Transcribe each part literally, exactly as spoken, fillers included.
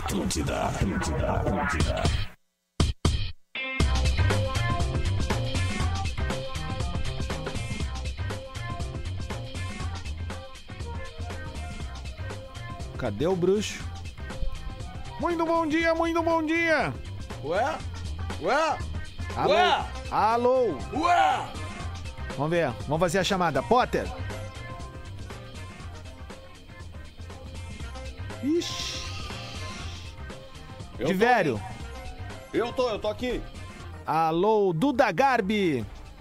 Atlântida, Atlântida, Atlântida. Cadê o bruxo? Muito bom dia, muito bom dia! Ué? Ué? Alô? Ué? Alô? Ué? Vamos ver, vamos fazer a chamada. Potter! Ixi! Eu De velho! tô, eu tô, eu tô aqui. Alô, Duda Garbi!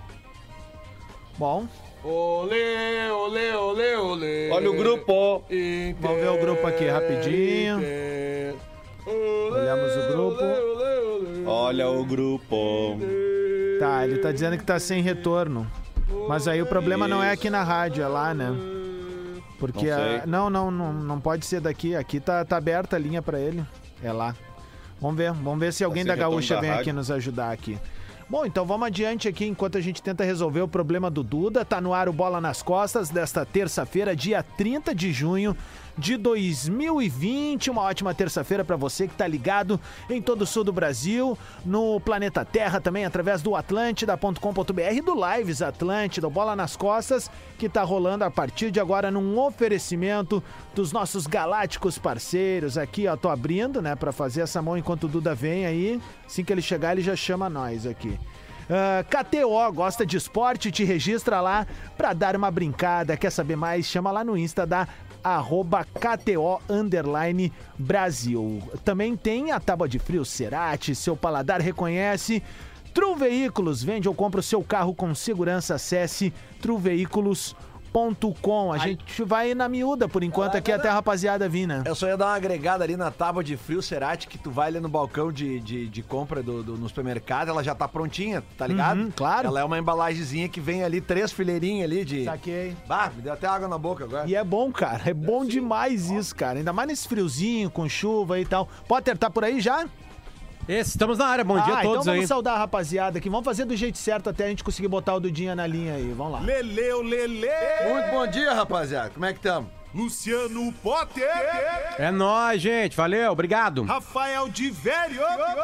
Bom, Olê, olê, olê, olê. Olha o grupo. Inter, vamos ver o grupo aqui rapidinho. Inter. Olê, Olhamos o grupo. Olê, olê, olê. Olha o grupo. Tá, ele tá dizendo que tá sem retorno. Mas aí o problema não é aqui na rádio, é lá, né? Porque Não sei. a... não, não, não, não pode ser daqui. Aqui tá, tá aberta a linha pra ele. É lá. Vamos ver, vamos ver se alguém sem da retorno Gaúcha da vem rádio. aqui nos ajudar aqui. Bom, então vamos adiante aqui enquanto a gente tenta resolver o problema do Duda. Tá no ar o Bola nas Costas desta terça-feira, dia trinta de junho de dois mil e vinte. Uma ótima terça-feira pra você que tá ligado em todo o sul do Brasil, no planeta Terra também, através do atlântida ponto com ponto b r, do Lives Atlântida, o Bola nas Costas, que tá rolando a partir de agora num oferecimento dos nossos galácticos parceiros. Aqui, ó, tô abrindo, né, pra fazer essa mão enquanto o Duda vem aí. Assim que ele chegar, ele já chama nós aqui. Uh, K T O, gosta de esporte? Te registra lá pra dar uma brincada. Quer saber mais? Chama lá no Insta da arroba K T O underline Brasil. Também tem a tábua de frio Cerati, seu paladar reconhece. True Veículos, vende ou compra o seu carro com segurança. Acesse true veículos ponto com. A gente vai na miúda por enquanto aqui até a rapaziada vir, né? Eu só ia dar uma agregada ali na tábua de frio Cerati, que tu vai ali no balcão de, de, de compra do, do- no supermercado, ela já tá prontinha, tá ligado? Uhum, claro. Ela é uma embalagenzinha que vem ali, três fileirinhas ali de... Saquei. Bah, me deu até água na boca agora. E é bom, cara. É bom demais isso, cara. Ainda mais nesse friozinho, com chuva e tal. Potter, tá por aí já? Esse, estamos na área, bom dia ah, a todos então vamos aí. saudar a rapaziada aqui. Vamos fazer do jeito certo até a gente conseguir botar o Dudinha na linha aí. Vamos lá. Leleu, Lele, Muito bom dia, rapaziada. Como é que tamo? Luciano Potter, É nóis, gente, valeu, obrigado. Rafael de Velho,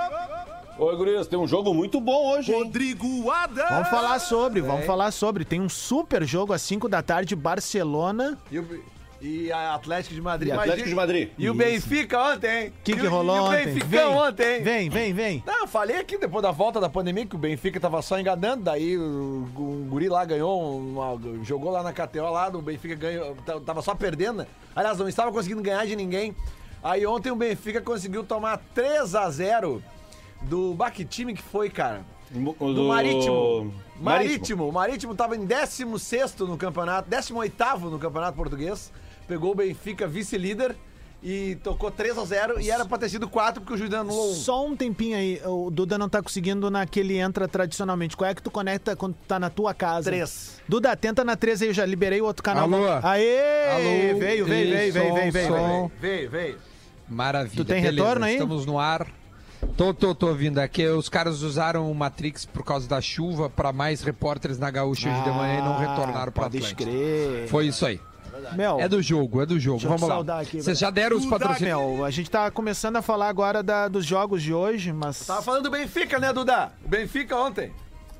Oi, gurias, tem um jogo muito bom hoje, hein? Rodrigo Adams. Vamos falar sobre, vamos falar sobre. Tem um super jogo às cinco da tarde, Barcelona. E, o, e a Atlético de Madrid. E Mas Atlético de Madrid. E o Benfica ontem, hein? O que, que E o- rolou e o ontem? Benficão ontem. Vem, vem, vem. Não, eu falei aqui depois da volta da pandemia que o Benfica tava só enganando, daí o, o guri lá ganhou, uma, jogou lá na K T O lá, o Benfica ganhou, t- tava só perdendo, né? Aliás, não estava conseguindo ganhar de ninguém. Aí ontem o Benfica conseguiu tomar três a zero do bah, que time que foi, cara? O Do Marítimo. Marítimo. Marítimo. O Marítimo tava em décimo sexto no campeonato, décimo oitavo no campeonato português. Pegou o Benfica vice-líder e tocou três a zero e era pra ter sido quatro porque o Juliano anulou um. Só um tempinho aí. O Duda não tá conseguindo naquele entra tradicionalmente. Qual é que tu conecta quando tu tá na tua casa? Três. Duda, tenta na três aí, eu já liberei o outro canal. Alô? Aê! Alô? Veio, veio, veio, Som, veio, veio, veio, som. veio. Veio, veio. Maravilha. Tu tem Beleza, retorno aí? Estamos no ar. Tô, tô, tô ouvindo aqui. Os caras usaram o Matrix por causa da chuva para mais repórteres na Gaúcha hoje de manhã e não retornaram para Pode Atlântida. crer. Foi isso aí. Meu, É do jogo, é do jogo. Deixa eu Vamos lá. saudar aqui, Vocês velho. já deram os Duda, patrocinadores? meu, a gente tá começando a falar agora da- dos jogos de hoje, mas... Tava falando do Benfica, né, Duda? O Benfica ontem.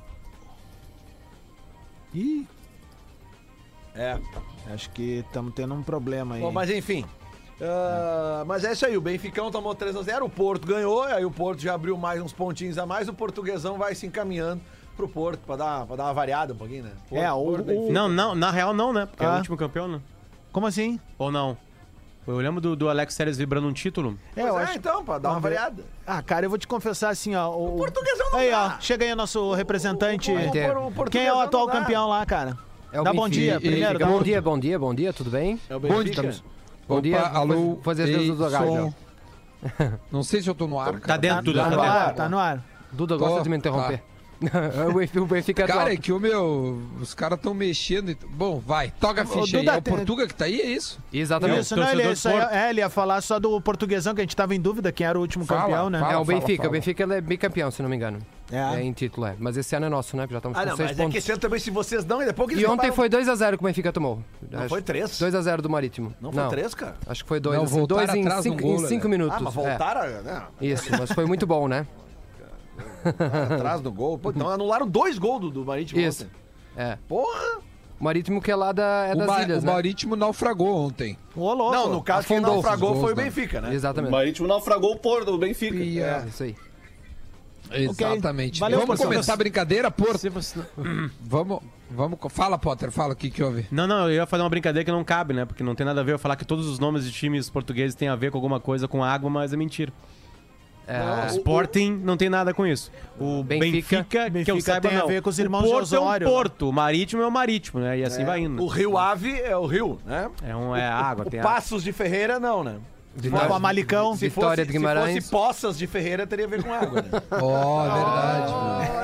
Ih, É. acho que estamos tendo um problema aí. Bom, mas enfim. Ah, mas é isso aí, o Benficão tomou três a zero, o Porto ganhou, aí o Porto já abriu mais uns pontinhos a mais, o Portuguesão vai se encaminhando pro Porto pra dar, pra dar uma variada um pouquinho, né? Porto, É, o- Porto, o- Benfica. Não, não, na real não, né? Porque é Ah. o último campeão, né? Como assim? Ou não? Eu lembro do, do Alex Telles vibrando um título. É, Pois eu é, acho... então, pra dar uma Vamos ver. variada. Ah, cara, eu vou te confessar assim, ó... O, O Portuguesão não Aí, dá. ó, chega aí o nosso representante. O- o- o- o Quem é o Portuguesão atual não dá. campeão lá, cara? É o Dá bom Benfica. dia, E- primeiro. e- dá Bom bom dia, bom dia, bom dia, tudo bem? É o Bom Benfica. dia. Bom Opa, dia, alô, fazer as ei, vezes do H som. já. Não sei se eu tô no ar. Tá cara. dentro, Duda, Tá tá no dentro. ar, tá no ar. Duda Tô, gosta de me interromper. tá. o Benfica Cara, atual. é que o meu, os caras estão mexendo. e- Bom, vai, toca a ficha aí. Duda, É o tem- Portuga que tá aí, é isso? Exatamente. Isso, não, ele, torcedor isso aí- do Porto. é, ele ia falar só do portuguesão, que a gente tava em dúvida quem era o último Fala, campeão, né? fala. É o Benfica, fala. o Benfica ele é bicampeão, se não me engano. É. É em título, é. Mas esse ano é nosso, né? Já estamos Ah, com não, seis mas é que pontos. esse ano também, se vocês não, e depois que eles E ontem acabaram- foi dois a zero que o Benfica tomou. Não foi três? dois a zero do Marítimo. Não foi três, cara? Acho que foi dois. Não, assim, voltaram dois em atrás cinco, no gol, em cinco né? minutos. Ah, mas é. voltaram, né? Isso, mas foi muito bom, né? Atrás do gol. Pô, então anularam dois gols do, do Marítimo Isso. ontem. É. Porra! O Marítimo que é lá da, é o, das Ma- ilhas, o né? Marítimo naufragou ontem. Ô, louco. Não, no caso quem Afundou os naufragou gols, foi o né? Benfica, né? O Exatamente. Marítimo naufragou o Porto, o Benfica. É, isso aí. Exatamente. Valeu, Vamos Portugal. começar a brincadeira, Porto? Se você- Vamos, vamos. co- Fala, Potter, fala o que que houve. Não, não, eu ia fazer uma brincadeira que não cabe, né? Porque não tem nada a ver eu falar que todos os nomes de times portugueses têm a ver com alguma coisa com água, mas é mentira. É, Sporting não tem nada com isso. O Benfica- Benfica, que eu Benfica saiba, tem a não. ver com os O irmãos Porto Osório. é um Porto, o Marítimo é o Marítimo, né? E assim vai indo. O Rio Ave é o Rio, né? É, um, é água, O tem água. Passos de Ferreira, não, né? O Amalicão. Se Vitória fosse, de Guimarães. Se fosse Poças de Ferreira, teria a ver com água, né? Ó, verdade,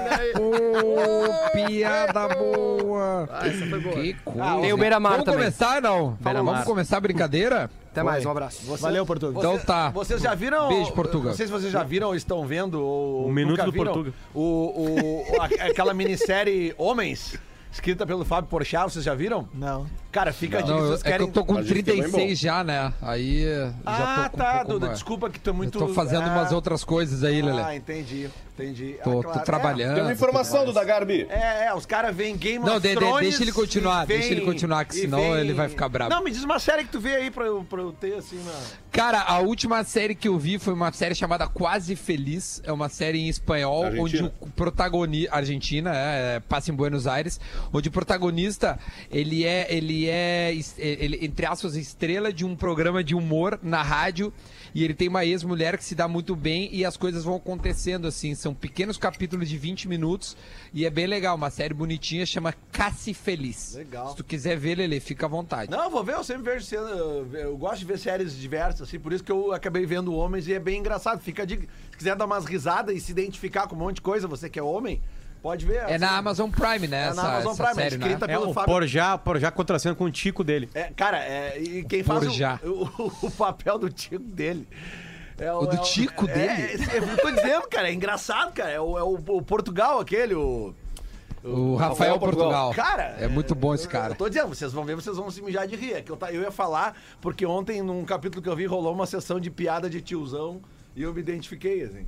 mano. Ô, piada boa. essa foi boa. Que coisa. Tem o Beira-Mar Vamos também. começar, não? Beira-Mar. Vamos começar a brincadeira? Até mais, um abraço. Você- Valeu, Portugal. Então tá. Vocês já viram... Beijo, Portugal. Não sei se vocês já viram ou estão vendo ou O Minuto nunca do viram Portugal. O, o, a- aquela minissérie Homens, escrita pelo Fábio Porchat, vocês já viram? Não. Cara, fica a dica, Não, eu- vocês é que querem... eu tô com Mas isso trinta e também é seis já, né? Aí eh, já Ah, tô com um tá, pouco Duda, mais. desculpa que tô muito... Eu tô fazendo ah, umas outras coisas aí, Lelê. Ah, entendi, entendi. Tô, Ah, tô claro. trabalhando. Tem uma informação do Dagarbi. É, é, os caras veem Game Não, of de- de- Thrones... deixa ele continuar, e vem- deixa ele continuar, que e senão vem- ele vai ficar bravo. Não, me diz uma série que tu vê aí pra eu, pra eu ter, assim, na... Cara, a última série que eu vi foi uma série chamada Quase Feliz. É uma série em espanhol, Argentina. onde o protagonista... Argentina, é, é, passa em Buenos Aires. Onde o protagonista, ele é, ele é, es- ele, entre aspas, estrela de um programa de humor na rádio. E ele tem uma ex-mulher que se dá muito bem e as coisas vão acontecendo, assim. São pequenos capítulos de vinte minutos e é bem legal. Uma série bonitinha, chama Quase Feliz. Legal. Se tu quiser ver, Lelê, fica à vontade. Não, eu vou ver, eu sempre vejo cena, eu, eu gosto de ver séries diversas, assim, por isso que eu acabei vendo Homens e é bem engraçado. Fica a dica. Se quiser dar umas risadas e se identificar com um monte de coisa, você que é homem, pode ver. É na Amazon Prime, né? É na essa, Amazon essa Prime, série, é escrita né? É pelo o Fábio. Porjá, Porjá contracendo com o tico dele. É, cara, é, e quem faz Porjá. o, o, o papel do tico dele. É O do é tico é, dele? É, eu tô dizendo, cara, é engraçado, cara. É o, é o, o Portugal aquele, o. O Rafael Rafael Portugal. Cara, É muito bom esse eu- cara. Eu tô dizendo, vocês vão ver, vocês vão se mijar de rir. É que eu, ta- eu ia falar, porque ontem, num capítulo que eu vi, rolou uma sessão de piada de tiozão e eu me identifiquei, assim.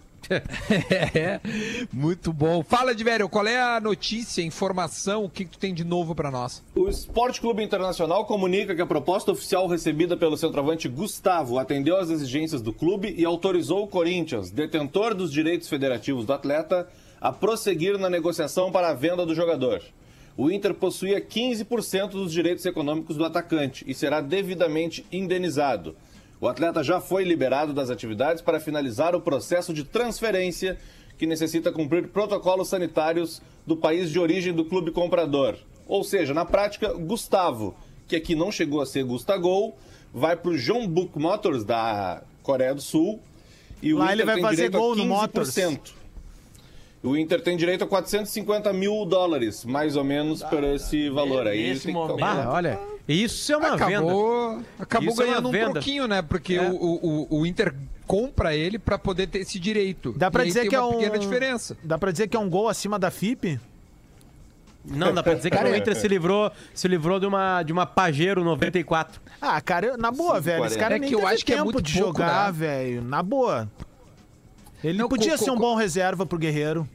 É, muito bom. Fala, Diverio, qual é a notícia, informação, o que, que tu tem de novo pra nós? O Esporte Clube Internacional comunica que a proposta oficial recebida pelo centroavante Gustavo atendeu às exigências do clube e autorizou o Corinthians, detentor dos direitos federativos do atleta, a prosseguir na negociação para a venda do jogador. O Inter possuía quinze por cento dos direitos econômicos do atacante e será devidamente indenizado. O atleta já foi liberado das atividades para finalizar o processo de transferência, que necessita cumprir protocolos sanitários do país de origem do clube comprador. Ou seja, na prática, Gustavo, que aqui não chegou a ser Gustagol, vai para o Jeonbuk Motors da Coreia do Sul. E o Lá Inter ele vai tem fazer direito gol a no quinze por Motors. cento. O Inter tem direito a quatrocentos e cinquenta mil dólares, mais ou menos, por esse valor aí. nesse Tem que momento. calcular. Ah, olha, isso é uma venda. Acabou, acabou Isso é uma ganhando um venda. troquinho, né? Porque É. o, o, o Inter compra ele pra poder ter esse direito. Dá pra E aí dizer tem que é uma um. pequena diferença. Dá pra dizer que é um gol acima da F I P? Não, dá pra dizer que o Inter se livrou, se livrou de uma, de uma Pajero noventa e quatro. Ah, cara, eu- na boa, velho. Esse cara É nem que eu teve acho que é tempo muito de pouco, jogar, né? velho. Na boa. Ele Não, podia co- ser um co- bom reserva pro Guerreiro.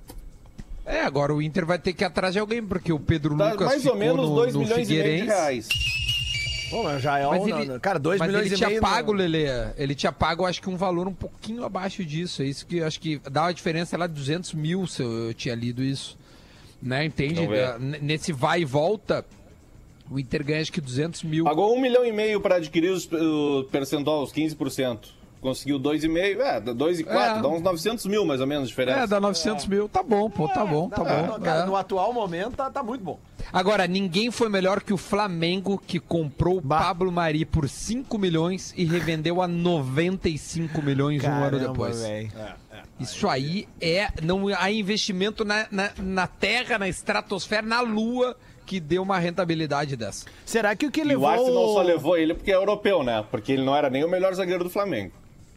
É, agora o Inter vai ter que ir atrás de alguém, porque o Pedro Dá Lucas mais ficou ou menos no, dois no milhões e meio de Figueirense. reais. Pô, mas já é Mas um, ele- não, cara, dois Mas milhões ele e tinha meio. pago, no- Lelê, ele tinha pago, acho que um valor um pouquinho abaixo disso. É isso que acho que dá uma diferença lá de duzentos mil, se eu, eu tinha lido isso. Né, entende? Vamos ver. Da- n- Nesse vai e volta, o Inter ganha acho que duzentos mil. Pagou um milhão e meio para adquirir os- o percentual, os quinze por cento. conseguiu dois e meio, é, dois e quatro, É. dá uns novecentos mil mais ou menos de diferença. É, dá novecentos mil. Tá bom, pô, tá bom, tá Não, bom. não, cara, É. no atual momento tá, tá muito bom. Agora, ninguém foi melhor que o Flamengo, que comprou o Bah. Pablo Mari por cinco milhões e revendeu a noventa e cinco milhões um ano Caramba, depois. velho. Isso aí é. Não há investimento na, na, na Terra, na estratosfera, na Lua, que deu uma rentabilidade dessa. Será que o que E levou... o Arsenal só levou ele porque é europeu, né? Porque ele não era nem o melhor zagueiro do Flamengo.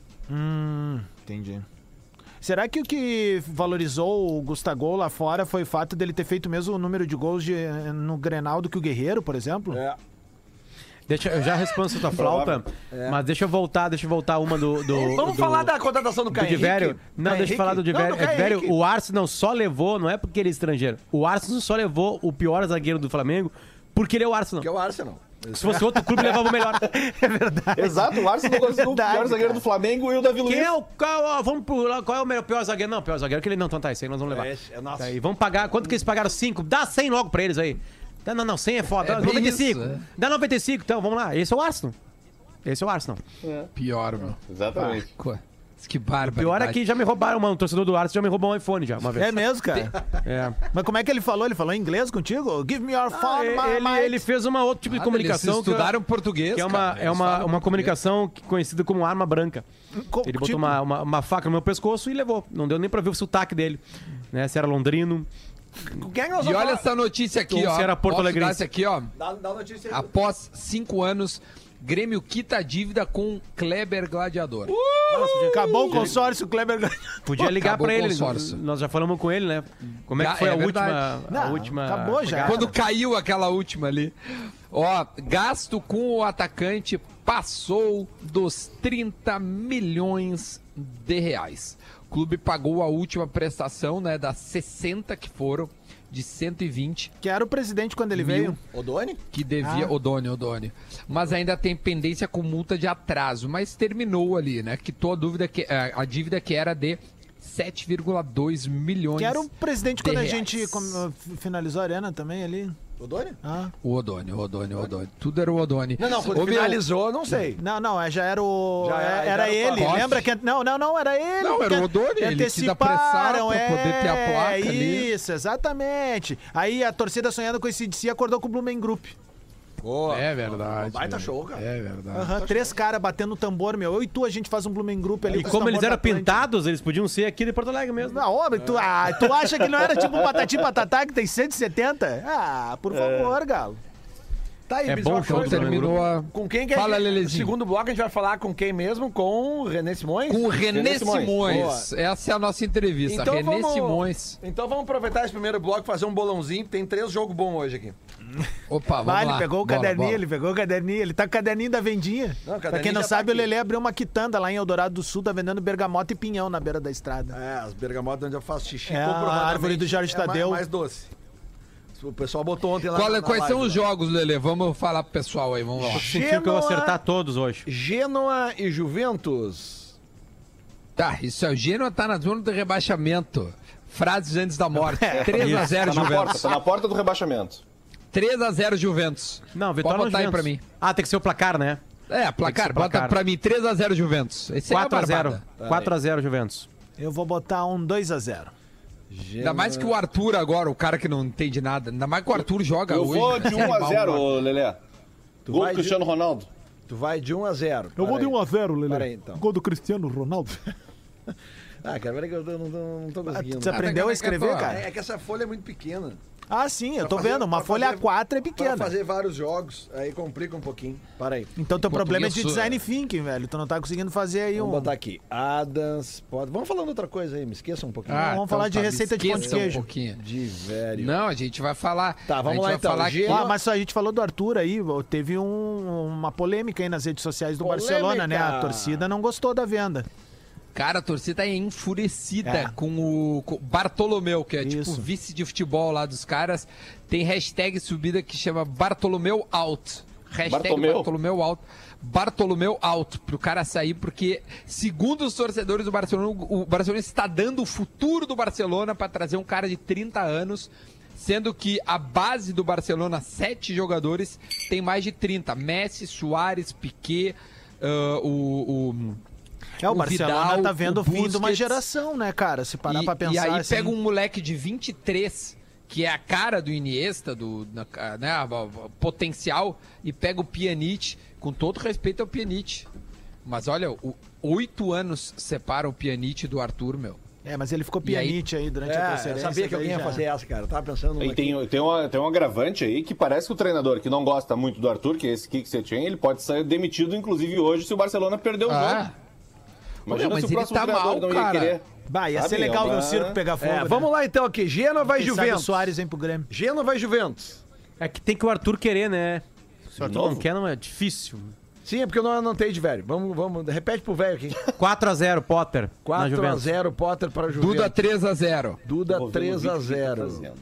Hum, entendi. Será que o que valorizou o Gustavo lá fora foi o fato dele ter feito mesmo o número de gols de, no Grenal do que o Guerreiro, por exemplo? É. Deixa, eu já respondo essa tua flauta, mas deixa eu voltar, deixa eu voltar uma do... do Vamos do- falar da contratação do do Caio Divério. Henrique? Não, Caio deixa eu falar do Henrique? Não, Divério. do Caio Divério, Henrique. o Arsenal só levou, não é porque ele é estrangeiro, o Arsenal só levou o pior zagueiro do Flamengo porque ele é o Arsenal. Que é o Arsenal. Se fosse outro clube, levava o melhor. É verdade. Exato, o Arsenal conseguiu o verdade, pior zagueiro cara. do Flamengo e o Davi Luiz. Quem é o. Qual, vamos pro, lá, qual é o meu pior zagueiro? Não, o pior zagueiro que ele não, então tá, esse aí nós vamos levar. É, é nosso. Tá aí, vamos pagar. Quanto que eles pagaram? cinco? Dá cem logo pra eles aí. Não, não, não, cem é foda. É Dá bem noventa e cinco. isso, é. Dá noventa e cinco, então, vamos lá. Esse é o Arsenal. Esse é o Arsenal. Pior, meu. Exatamente. Co- Que bárbaro. Pior é que já me roubaram, mano. Um torcedor do Arsenal já me roubou um iPhone já, uma vez. É mesmo, cara? É. Mas como é que ele falou? Ele falou em inglês contigo? Give me your phone, Ah, my ele, mate. ele fez uma outra tipo de Eles comunicação. que eu- estudaram português, Que é uma, cara. é Eles uma, falam uma português. comunicação que- conhecida como arma branca. Co- Ele botou tipo- uma, uma, uma faca no meu pescoço e levou. Não deu nem pra ver o sotaque dele. Né? Se era londrino. Com quem é que nós E vamos olha falar? essa notícia aqui, Ou ó. se era Porto Posso dar Alegrense. essa aqui, ó. Dá, dá notícia aí. Após cinco anos, Grêmio quita a dívida com Kleber Gladiador. Acabou o consórcio, Kleber. Podia ligar Acabou pra o ele. consórcio. Nós já falamos com ele, né? Como é Já- que foi é a, verdade. última, a Não, última. acabou já. Quando caiu aquela última ali. Ó, gasto com o atacante passou dos trinta milhões de reais. O clube pagou a última prestação, né, das sessenta que foram, de cento e vinte. Que era o presidente quando ele Mil. veio. Odoni? Que devia. Ah. Odônio, Odônio. Mas ainda tem pendência com multa de atraso. Mas terminou ali, né? Quitou a dúvida que, a, a dívida que era de sete vírgula dois milhões. Que era o presidente de quando a reais. gente com- finalizou a arena também ali. Odoni? Ah. O Odônio, o Odônio, o Odônio. Tudo era o Odônio. Não, não, quando Ô, meu, finalizou, não sei. Não, não, é, já era o. Já é- era- era já era o ele. Poste. Lembra que. Não, não, não, era ele. Não, era que o Odoni, ele quis apressar pra anteciparam, poder ter a placa ali. Isso, exatamente. Aí a torcida sonhando com esse D C acordou com o Blumen Group. Boa. É verdade. Baita meu. show, cara. É verdade. Aham, três caras batendo tambor, meu. Eu e tu, a gente faz um Blumen Group ali. E com os como eles tambor eram da Atlântida. pintados, eles podiam ser aqui de Porto Alegre mesmo. Não, homem, tu, ah, tu acha que não era tipo um Patati Patatá que tem cento e setenta? Ah, por favor, Galo. Tá aí, É Bis, bom uma o show coisa. do Terminou a... Com quem que Fala, é? Lelezinho. No segundo bloco a gente vai falar com quem mesmo? Com o René Simões? Com o René René Simões. Simões. Essa é a nossa entrevista. Então René vamos- Simões. Então vamos aproveitar esse primeiro bloco e fazer um bolãozinho. Tem três jogos bons hoje aqui. Opa, vamos Vai, ele lá. pegou o Bola, caderninho, bola. ele pegou o caderninho, ele tá com o caderninho da vendinha. Não, o pra caderninho quem não já tá sabe, o aqui. Lelê abriu uma quitanda lá em Eldorado do Sul, tá vendendo bergamota e pinhão na beira da estrada. É, as bergamotas onde eu faço xixi. É a comprovadamente árvore do Jorge é mais- Tadeu. mais doce. O pessoal botou ontem lá Qual- na- na quais são live, os né? jogos, Lelê? Vamos falar pro pessoal aí, vamos lá. Sentiu que eu vou Genoa- acertar todos hoje. Gênoa e Juventus. Tá, isso é o Genoa tá na zona do rebaixamento. Frases antes da morte. três a zero Tá na porta, Juventus. tá na porta do rebaixamento. três a zero Juventus. Não, vitória Pode botar no aí pra Juventus. mim. Ah, tem que ser o placar, né? É, placar, ser bota placar. pra mim três a zero Juventus. Esse quatro é a zero. barbada. quatro a zero Juventus. Eu vou botar um dois a zero. Ainda mais que o Arthur agora, o cara que não entende nada. Ainda mais que o Arthur joga Eu hoje. vou de né? um a Mal, zero, mal. ô, Lelé. Gol vai do de- Cristiano Ronaldo. Tu vai de um a zero. Eu vou de um a zero, Pera Lelê. aí, então. Gol do Cristiano Ronaldo. Ah, cara, peraí que eu não, não, não tô conseguindo. Você aprendeu a escrever, Ah, cara? É que essa folha é muito pequena. Ah, sim, eu tô Pra fazer- vendo. Uma pra folha fazer- A quatro é Pra pequena. fazer vários jogos, aí complica um pouquinho. Para aí. Então teu problema é de Português, design é. thinking, velho. Tu não tá conseguindo fazer aí Vamos um... botar aqui. Adams, pode... Vamos falando outra coisa aí, me esqueça um pouquinho. Ah, Vamos então falar de tá, me receita de pão de esqueça queijo. Um pouquinho. De velho. Não, a gente vai falar. Tá, vamos a gente lá vai então. Falar Gê- que... Ah, mas só a gente falou do Arthur aí, teve um- uma polêmica aí nas redes sociais do Polêmica! Barcelona, né? A torcida não gostou da venda. Cara, a torcida é enfurecida É. com o com o Bartolomeu, que é tipo Isso. vice de futebol lá dos caras. Tem hashtag subida que chama Bartolomeu Out. Hashtag Bartomeu? Bartolomeu Out. Bartolomeu Out, pro cara sair, porque, segundo os torcedores do Barcelona, o Barcelona está dando o futuro do Barcelona para trazer um cara de trinta anos, sendo que a base do Barcelona, sete jogadores, tem mais de trinta. Messi, Suárez, Piquet, ah, o... o É, o Barcelona Vidal, tá vendo o fim de uma Busquets. geração, né, cara? Se parar e, pra pensar e aí assim... pega um moleque de vinte e três, que é a cara do Iniesta, do na- né, a- a- a- potencial, e pega o Pjanic, com todo respeito ao Pjanic. Mas olha, o, oito anos separa o Pjanic do Arthur, meu. É, mas ele ficou E aí- pianite aí, durante a É, eu transferência. sabia que alguém ia daí já- fazer essa, cara. Eu tava pensando... E aqui. tem, tem, uma, tem um agravante aí que parece que o treinador que não gosta muito do Arthur, que é esse Kik Setien, ele pode ser demitido, inclusive, hoje, se o Barcelona perder o Ah. jogo. Imagina Meu, mas se o ele próximo tá treinador mal, não ia cara. querer. Bah, ia Sabe, ser legal é ver uma- o circo pegar fogo. É, né? vamos lá então aqui. Genoa e Quem sabe o Juventus. Soares vem pro Grêmio. Genoa e Juventus. É que tem que o Arthur querer, né? Se o Arthur novo? não quer, não é difícil. Sim, é porque eu não anotei de velho. Vamos, vamos, repete pro velho aqui. quatro a zero, Potter. na quatro a Juventus. zero Potter para Juventus. Duda três a zero. Duda Vou ver no três a vídeo o que ele tá zero. fazendo.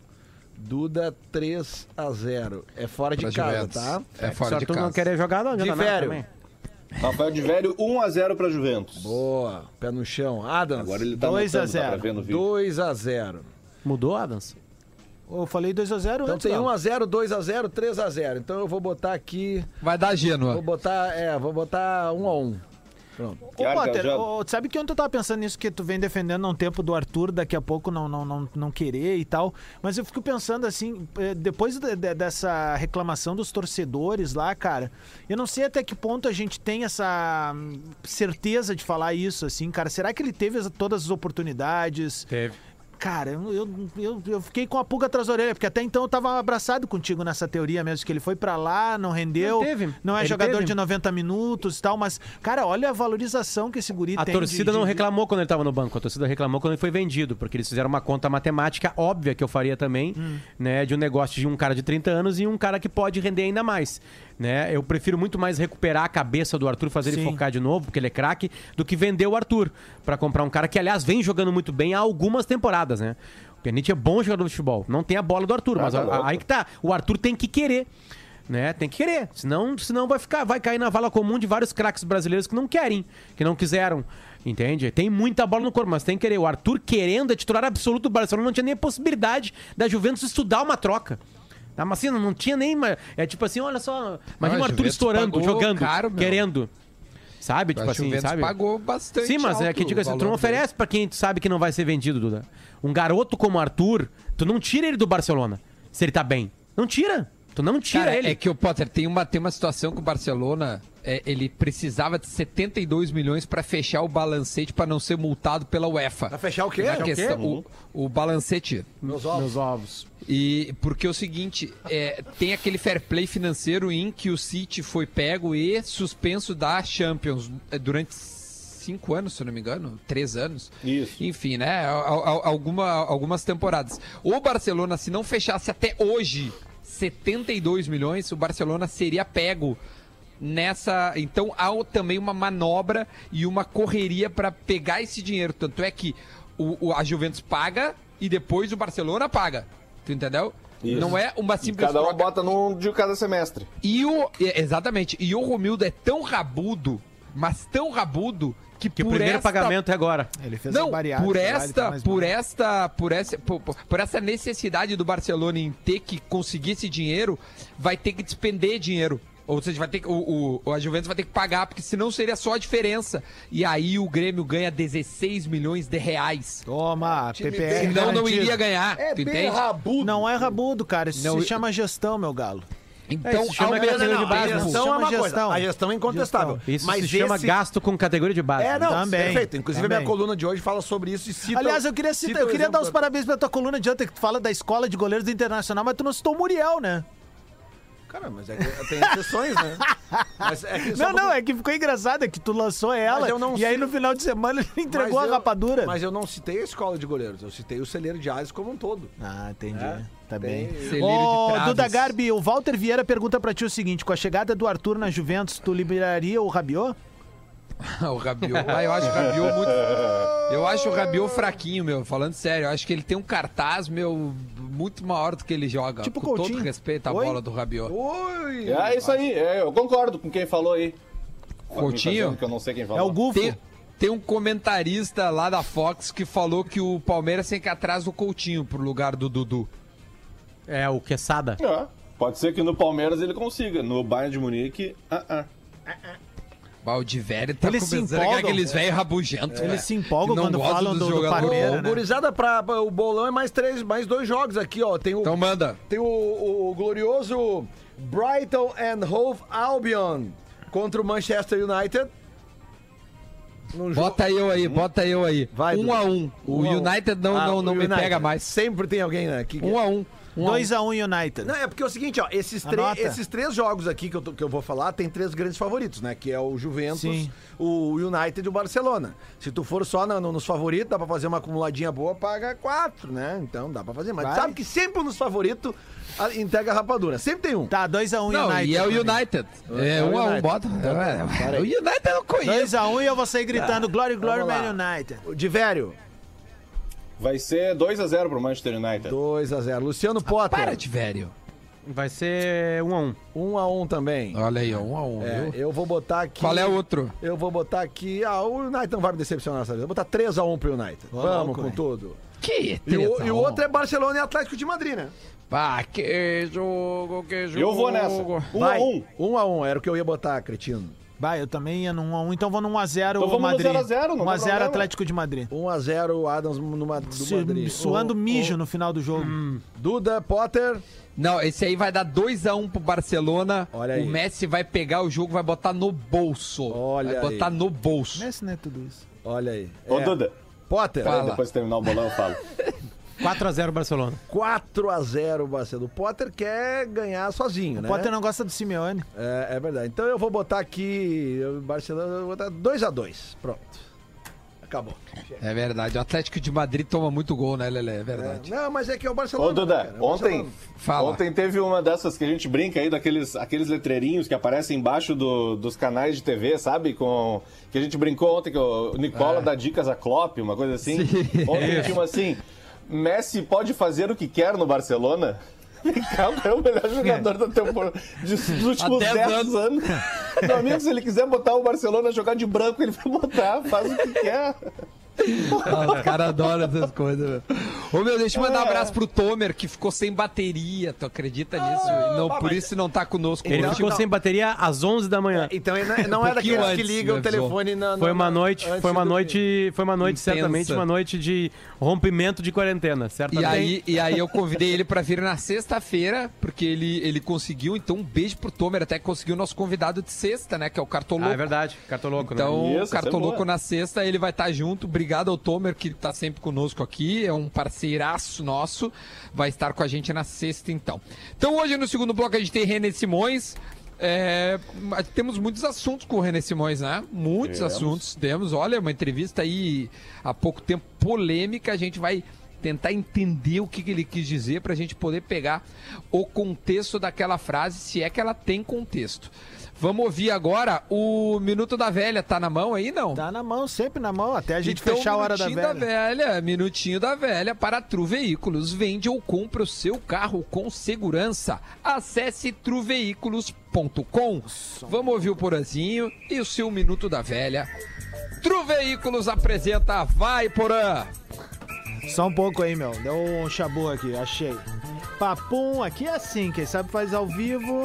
Duda três a zero. É fora de Pra casa, Juventus. tá? É Se fora o de Arthur casa. não querer jogar, não adianta De nada velho. também. Rafael de Velho, um a zero para Juventus. Boa. Pé no chão. Adams. Agora ele tá dois a anotando, dá pra zero. ver no vídeo. dois a zero. Mudou, Adams? Eu falei dois a zero Então antes, tem Galo. um a zero, dois a zero, três a zero. Então eu vou botar aqui. Vai dar Vou Genoa. botar. É, vou botar um a um. Pronto. Ô, Quer, Potter, Gajado? ô, sabe que ontem eu tava pensando nisso que tu vem defendendo há um tempo do Arthur, daqui a pouco não, não, não, não querer e tal, mas eu fico pensando assim, eh, depois de- de- dessa reclamação dos torcedores lá, cara, eu não sei até que ponto a gente tem essa hum, certeza de falar isso, assim, cara, será que ele teve as- todas as oportunidades? Teve. Cara, eu, eu, eu, eu fiquei com a pulga atrás da orelha, porque até então eu tava abraçado contigo nessa teoria mesmo, que ele foi pra lá, não rendeu, Não teve. não é Ele jogador teve. de noventa minutos e tal, mas, cara, olha a valorização que esse guri A tem. torcida de- não de- reclamou quando ele estava no banco, a torcida reclamou quando ele foi vendido, porque eles fizeram uma conta matemática óbvia que eu faria também, Hum. né, de um negócio de um cara de trinta anos e um cara que pode render ainda mais, né? Eu prefiro muito mais recuperar a cabeça do Arthur, fazer ele Sim. focar de novo, porque ele é craque, do que vender o Arthur pra comprar um cara que, aliás, vem jogando muito bem há algumas temporadas, né? O Pjanic é bom jogador de futebol, não tem a bola do Arthur, Ah, mas tá a- louco. aí que tá, o Arthur tem que querer. Né? Tem que querer, senão, senão vai ficar, vai cair na vala comum de vários craques brasileiros que não querem, que não quiseram, entende? Tem muita bola no corpo, mas tem que querer. O Arthur querendo é titular absoluto do Barcelona, não tinha nem a possibilidade da Juventus estudar uma troca. Tá, mas assim, não, não tinha nem, é tipo assim, olha só, imagina Ah, o a Arthur Juventus estourando, pagou jogando, caro, meu. querendo. Sabe? Tipo A assim, Juventus sabe? pagou bastante. Sim, mas é alto que diga o assim, tu valor não dele. oferece pra quem tu sabe que não vai ser vendido, Duda. Um garoto como o Arthur, tu não tira ele do Barcelona, se ele tá bem. Não tira. Tu não tira Cara, ele. é que o Potter tem uma, tem uma situação que o Barcelona é, ele precisava de setenta e dois milhões pra fechar o balancete pra não ser multado pela UEFA. Pra fechar o quê? Na O quê? questão, o, o balancete. Meus ovos. Meus ovos. E porque é o seguinte, é, tem aquele fair play financeiro em que o City foi pego e suspenso da Champions é, durante cinco anos, se eu não me engano, três anos. Isso. Enfim, né? al- al- Alguma, algumas temporadas. O Barcelona, se não fechasse até hoje setenta e dois milhões, o Barcelona seria pego nessa. Então há o- também uma manobra e uma correria para pegar esse dinheiro. Tanto é que o, o- a Juventus paga e depois o Barcelona paga. Tu entendeu? Isso. Não é uma simples Cada um troca. bota num de cada semestre. E o, é, exatamente. E o Romildo é tão rabudo, mas tão rabudo que, Que o por primeiro esta pagamento é agora. Ele fez a não, bariátrica por lá, ele tá esta, mais por magro. esta, por essa, por, por- por essa necessidade do Barcelona em ter que conseguir esse dinheiro, vai ter que despender dinheiro. Ou seja, vai ter que, o, o, a Juventus vai ter que pagar, porque senão seria só a diferença. E aí o Grêmio ganha dezesseis milhões de reais. Toma, Time P P R bem- Senão não garantido. iria ganhar. É tu bem entende? rabudo. Não é rabudo, cara. Isso Não, se chama gestão, meu galo. Então, isso chama ao menos- categoria de Não, a base. gestão é Chama uma coisa. gestão. A gestão é incontestável. Isso mas se chama esse... gasto com categoria de base. É, não, Também, perfeito. Inclusive a minha também. coluna de hoje fala sobre isso e cita... Aliás, eu queria, citar, cita eu o queria dar exemplo os parabéns pela tua coluna de ontem, que tu fala da escola de goleiros do Internacional, mas tu não citou o Muriel, né? Cara, mas é que tem exceções, né? Mas é que só Não, pra- não, é que ficou engraçado, é que tu lançou ela, Mas eu não e aí sei- no final de semana ele entregou Mas a eu- rapadura. Mas eu não citei a escola de goleiros, eu citei o celeiro de Ares como um todo. Ah, entendi. É, Tá tem- bem. Celeiro de Ô, traves. Duda Garbi, o Walter Vieira pergunta pra ti o seguinte, com a chegada do Arthur na Juventus, tu liberaria o Rabiot? o Rabiot. Ah, eu acho o Rabiot muito. Eu acho o Rabiot fraquinho, meu. Falando sério, eu acho que ele tem um cartaz, meu, muito maior do que ele joga. Tipo com todo Coutinho. respeito à Oi? bola do Rabiot. Oi! É isso aí, é, eu concordo com quem falou aí. Coutinho? Me fazendo que eu não sei quem falou. É o Gufo. Tem, tem um comentarista lá da Fox que falou que o Palmeiras tem que ir atrás do Coutinho pro lugar do Dudu. É o Quesada. É, pode ser que no Palmeiras ele consiga. No Bayern de Munique, ah, ah. Baldivério tá Eles se começando empolgam, aqueles velhos rabugentos. Eles velho. se empolgam Que não quando gostam falam dos do, do jogadores. Parmeira, Ô, né? gurizada, pra, pra- o bolão é mais três, mais dois jogos aqui, ó. Tem o, Então manda. tem o, o glorioso Brighton and Hove Albion contra o Manchester United. Num jogo- Bota eu aí, bota eu aí. Vai, um Dudu. a um. O Um a um. United não, Ah, não, o não me United. pega mais. Sempre tem alguém, né? Que... Um a um. Um a um. dois a um United. Não, é porque é o seguinte, ó, esses, tre- Anota. esses três jogos aqui que eu, tô- que eu vou falar, tem três grandes favoritos, né? Que é o Juventus, Sim. o United e o Barcelona. Se tu for só na- no- nos favoritos, dá pra fazer uma acumuladinha boa, paga quatro, né? Então dá pra fazer. Mas Vai. sabe que sempre nos favoritos a- entrega a rapadura. Sempre tem um. Tá, dois a um Não, United. e é o pra mim. United. É, É o um a um, United. bota. Então tá, É, para o aí. United eu não conheço. dois a um e eu vou sair gritando Glory, Glory, Vamos lá. Man United. O Divério, Vai ser dois a zero pro Manchester United. dois a zero. Luciano Potter, Para de velho. Vai ser um a um. um a um também. Olha aí, ó, um a um, É, viu? eu vou botar aqui... Qual é o outro? Eu vou botar aqui... Ah, o United não vai me decepcionar dessa vez. Eu vou botar três a um pro United. Vamos louco, com velho. tudo. Que E o, três a e o um. outro é Barcelona e Atlético de Madrid, né? Pá, que jogo, que jogo. Eu vou nessa. Um Vai. a um. Um a um, era o que eu ia botar, cretino. Vai, eu também ia no um a um, então vou no um a zero Então vamos no Madrid. zero a zero, não um a tem zero problema. Atlético de Madrid. um a zero Adams numa, do Se- Madrid. Suando O- mijo o- no final do jogo. Duda, Potter. Não, esse aí vai dar dois a um pro Barcelona. Olha aí. O Messi vai pegar o jogo, vai botar no bolso. Olha vai botar aí. no bolso. Esse não é tudo isso. Olha aí. Ô, É, Duda, Potter. Fala. depois de terminar o bolão eu falo. quatro a zero Barcelona. quatro a zero Barcelona. O Potter quer ganhar sozinho, né? O Potter não gosta do Simeone. É, é verdade. Então eu vou botar aqui, eu- Barcelona, eu vou botar dois a dois. Pronto. Acabou. É verdade. O Atlético de Madrid toma muito gol, né, Lelé? É É, verdade. não, mas é que é o Barcelona. Ô, Duda, cara, é o ontem, Barcelona. Fala. ontem teve uma dessas que a gente brinca aí, daqueles aqueles letreirinhos que aparecem embaixo do- dos canais de T V, sabe? Com, que a gente brincou ontem, que o Nicola dá dicas a Klopp, uma coisa assim. É. Sim. Ontem tinha uma assim, Messi pode fazer o que quer no Barcelona? Calma, é o melhor jogador da temporada dos últimos Há dez dez anos. Meu amigo, se ele quiser botar o Barcelona jogar de branco, ele vai botar, faz o que quer. Ah, os caras adoram essas coisas, velho. Ô, meu, deixa eu mandar um abraço pro Tomer, que ficou sem bateria. Tu acredita nisso? E não, por isso não tá conosco Ele hoje. ficou não. sem bateria às onze da manhã. Então ele não é- não é Um pouquinho daqueles que antes, ligam me o avisou. telefone na, na- Foi uma na- noite, antes foi uma do- noite, foi uma noite, Intensa. certamente uma noite de rompimento de quarentena, E certamente. aí, e aí eu convidei ele pra vir na sexta-feira, porque ele, ele conseguiu, então um beijo pro Tomer, até que conseguiu o nosso convidado de sexta, né, que é o Cartoloco. Ah, é verdade, cartoloco, né? Então, Isso, o essa é Cartoloco boa. na sexta, ele vai estar junto. Obrigado ao Tomer, que tá sempre conosco aqui. É um parceiraço nosso. Vai estar com a gente na sexta, então. Então, hoje no segundo bloco a gente tem René Simões. É, mas temos muitos assuntos com o René Simões, né? Muitos Temos. assuntos. Temos, olha, uma entrevista aí há pouco tempo polêmica. A gente vai tentar entender o que, que ele quis dizer para a gente poder pegar o contexto daquela frase, se é que ela tem contexto. Vamos ouvir agora o Minuto da Velha. Tá na mão aí, não? Tá na mão, sempre na mão, até a gente Então, fechar a hora da Minutinho velha. velha. Minutinho da Velha para Tru Veículos. Vende ou compra o seu carro com segurança. Acesse tru veículos ponto com. Vamos ouvir o Porazinho e o seu Minuto da Velha. Tru Veículos apresenta Vai, Porã! Só um pouco aí, meu. Deu um chabu aqui, achei. Papum, aqui é assim, quem sabe faz ao vivo.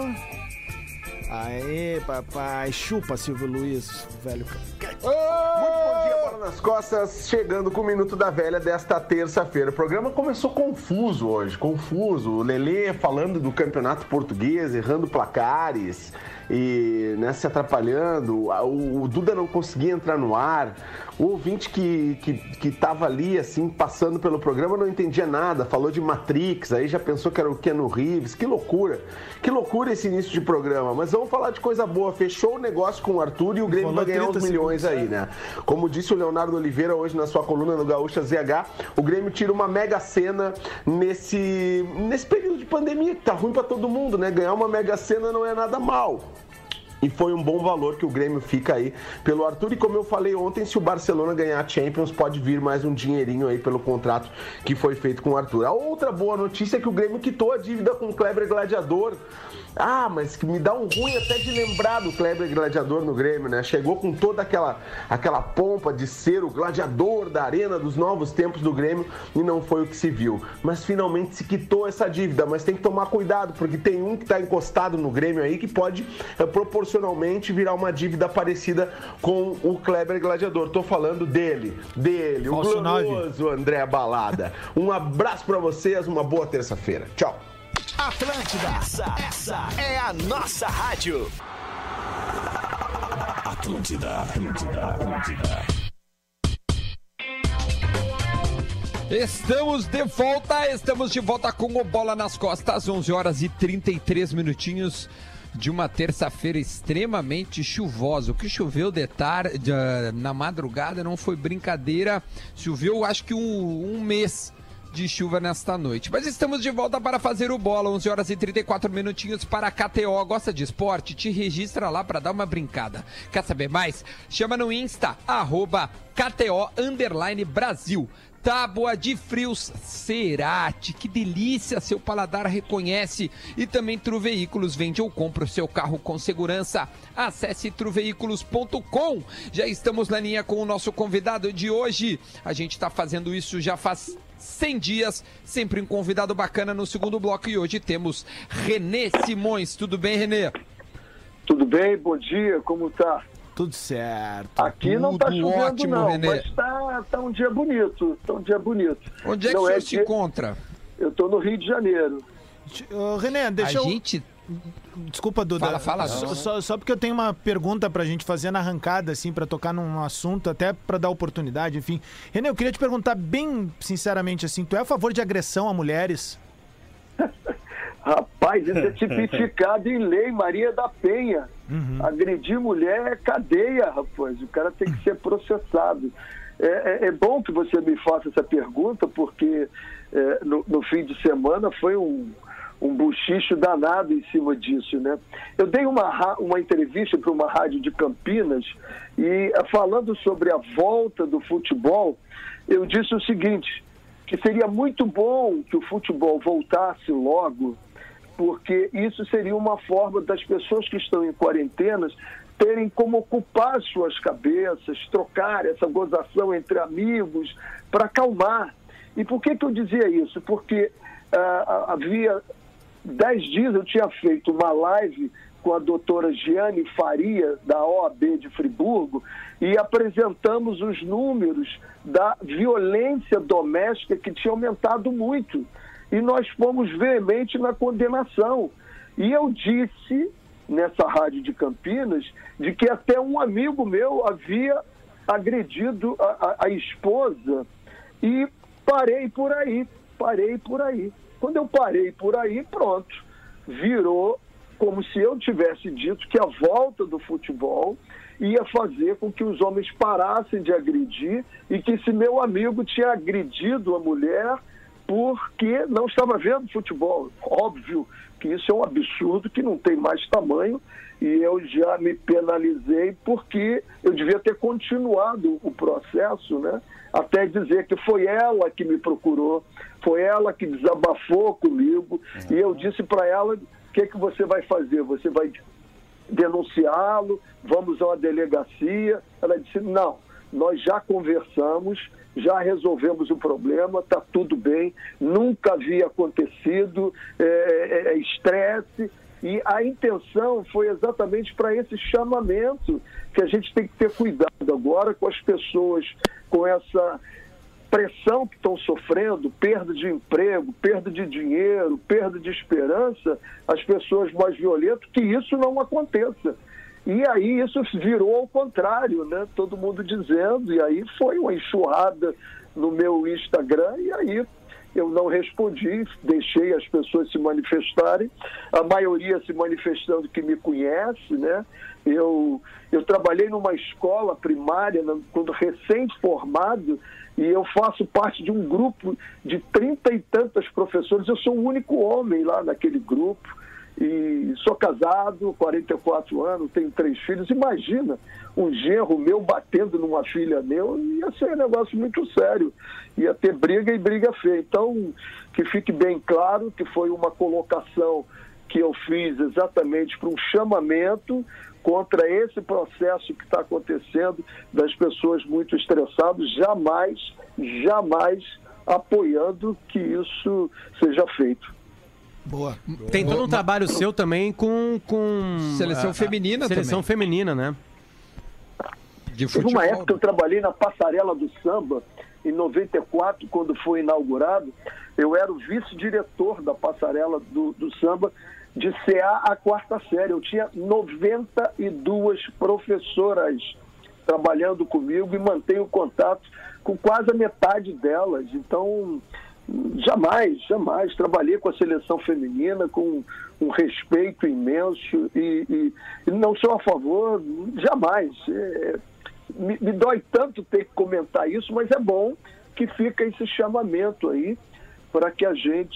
Aê, papai. Chupa, Silvio Luiz, velho. Muito bom dia, Bola nas Costas, chegando com o Minuto da Velha desta terça-feira. O programa começou confuso hoje, confuso. O Lelê falando do campeonato português, errando placares e né, se atrapalhando. O, o Duda não conseguia entrar no ar. O ouvinte que, que, que tava ali, assim, passando pelo programa não entendia nada. Falou de Matrix, aí já pensou que era o Keanu Reeves. Que loucura. Que loucura esse início de programa. Mas vamos falar de coisa boa. Fechou o negócio com o Arthur e o Grêmio Falou vai ganhar uns trinta milhões aí, né? Como disse o Leonardo Oliveira hoje na sua coluna no Gaúcha Z H, o Grêmio tira uma mega cena nesse, nesse período de pandemia, que tá ruim pra todo mundo, né? Ganhar uma mega cena não é nada mal. E foi um bom valor que o Grêmio fica aí pelo Arthur. E como eu falei ontem, se o Barcelona ganhar a Champions, pode vir mais um dinheirinho aí pelo contrato que foi feito com o Arthur. A outra boa notícia é que o Grêmio quitou a dívida com o Kleber Gladiador. Ah, mas que me dá um ruim até de lembrar do Kleber Gladiador no Grêmio, né? Chegou com toda aquela, aquela pompa de ser o gladiador da arena dos novos tempos do Grêmio e não foi o que se viu. Mas finalmente se quitou essa dívida, mas tem que tomar cuidado, porque tem um que está encostado no Grêmio aí que pode é, proporcionar proporcionalmente virar uma dívida parecida com o Kleber Gladiador. Tô falando dele, dele, Falso o glorioso André Balada. Um abraço pra vocês, uma boa terça-feira. Tchau. Atlântida, essa, essa é a nossa rádio. Atlântida, Atlântida, Atlântida. Estamos de volta, estamos de volta com o Bola nas Costas, onze horas e trinta e três minutinhos de uma terça-feira extremamente chuvosa. O que choveu de tarde, na madrugada, não foi brincadeira, choveu acho que um, um mês de chuva nesta noite. Mas estamos de volta para fazer o Bola, onze horas e trinta e quatro minutinhos para a K T O. Gosta de esporte? Te registra lá para dar uma brincada. Quer saber mais? Chama no Insta, arroba K T O underline Brasil. Tábua de frios Cerati, que delícia, seu paladar reconhece. E também Tru Veículos, vende ou compra o seu carro com segurança. Acesse tru veículos ponto com. Já estamos na linha com o nosso convidado de hoje. A gente está fazendo isso já faz cem dias, sempre um convidado bacana no segundo bloco. E hoje temos Renê Simões. Tudo bem, Renê? Tudo bem, bom dia, como tá? Tudo certo. Aqui não tá Tudo chovendo ótimo, não, Renê. mas tá, tá um dia bonito, tá um dia bonito. Onde é que não o senhor é se dia... encontra? Eu tô no Rio de Janeiro. Ô, René, deixa A eu... gente... Desculpa, Duda. Fala, fala. Só, só, só porque eu tenho uma pergunta pra gente fazer na arrancada, assim, pra tocar num assunto, até pra dar oportunidade, enfim. René, eu queria te perguntar bem sinceramente, assim, tu é a favor de agressão a mulheres? Rapaz, isso é tipificado em lei, Maria da Penha. Uhum. Agredir mulher é cadeia, rapaz. O cara tem que ser processado. É, é, é bom que você me faça essa pergunta, porque é, no, no fim de semana foi um, um buchicho danado em cima disso, né? Eu dei uma, uma entrevista para uma rádio de Campinas e, falando sobre a volta do futebol, eu disse o seguinte, que seria muito bom que o futebol voltasse logo, porque isso seria uma forma das pessoas que estão em quarentenas terem como ocupar suas cabeças, trocar essa gozação entre amigos para acalmar. E por que que eu dizia isso? Porque uh, havia dez dias eu tinha feito uma live com a doutora Giane Faria, da O A B de Friburgo, e apresentamos os números da violência doméstica que tinha aumentado muito. E nós fomos veemente na condenação. E eu disse, nessa rádio de Campinas, de que até um amigo meu havia agredido a, a, a esposa. E parei por aí, parei por aí. Quando eu parei por aí, pronto, virou como se eu tivesse dito que a volta do futebol ia fazer com que os homens parassem de agredir e que esse meu amigo tinha agredido a mulher porque não estava vendo futebol. Óbvio que isso é um absurdo que não tem mais tamanho e eu já me penalizei porque eu devia ter continuado o processo, né? Até dizer que foi ela que me procurou, foi ela que desabafou comigo e eu disse para ela, o que, que você vai fazer? Você vai denunciá-lo? Vamos a uma delegacia? Ela disse, não, nós já conversamos, já resolvemos o problema, está tudo bem, nunca havia acontecido estresse, é, é, e a intenção foi exatamente para esse chamamento que a gente tem que ter cuidado agora com as pessoas, com essa pressão que estão sofrendo, perda de emprego, perda de dinheiro, perda de esperança, as pessoas mais violentas, que isso não aconteça. E aí isso virou ao contrário, né? Todo mundo dizendo, e aí foi uma enxurrada no meu Instagram, e aí eu não respondi, deixei as pessoas se manifestarem, a maioria se manifestando que me conhece, né? Eu, eu trabalhei numa escola primária, quando recém-formado, e eu faço parte de um grupo de trinta e tantas professores, eu sou o único homem lá naquele grupo, e sou casado, quarenta e quatro anos, tenho três filhos. Imagina um genro meu batendo numa filha meu, ia ser um negócio muito sério, ia ter briga e briga feia. Então, que fique bem claro que foi uma colocação que eu fiz exatamente para um chamamento contra esse processo que está acontecendo das pessoas muito estressadas, jamais, jamais apoiando que isso seja feito. Boa. Tem todo um trabalho seu também com... com Seleção a- a- feminina Seleção também. feminina, né? De Teve futebol. uma época que eu trabalhei na Passarela do Samba, em noventa e quatro, quando foi inaugurado. Eu era o vice-diretor da Passarela do, do Samba, de C A a quarta série. Eu tinha noventa e duas professoras trabalhando comigo e mantenho contato com quase a metade delas. Então, jamais, jamais. Trabalhei com a seleção feminina com um respeito imenso e, e- e não sou a favor, jamais. É, me, me dói tanto ter que comentar isso, mas é bom que fica esse chamamento aí para que a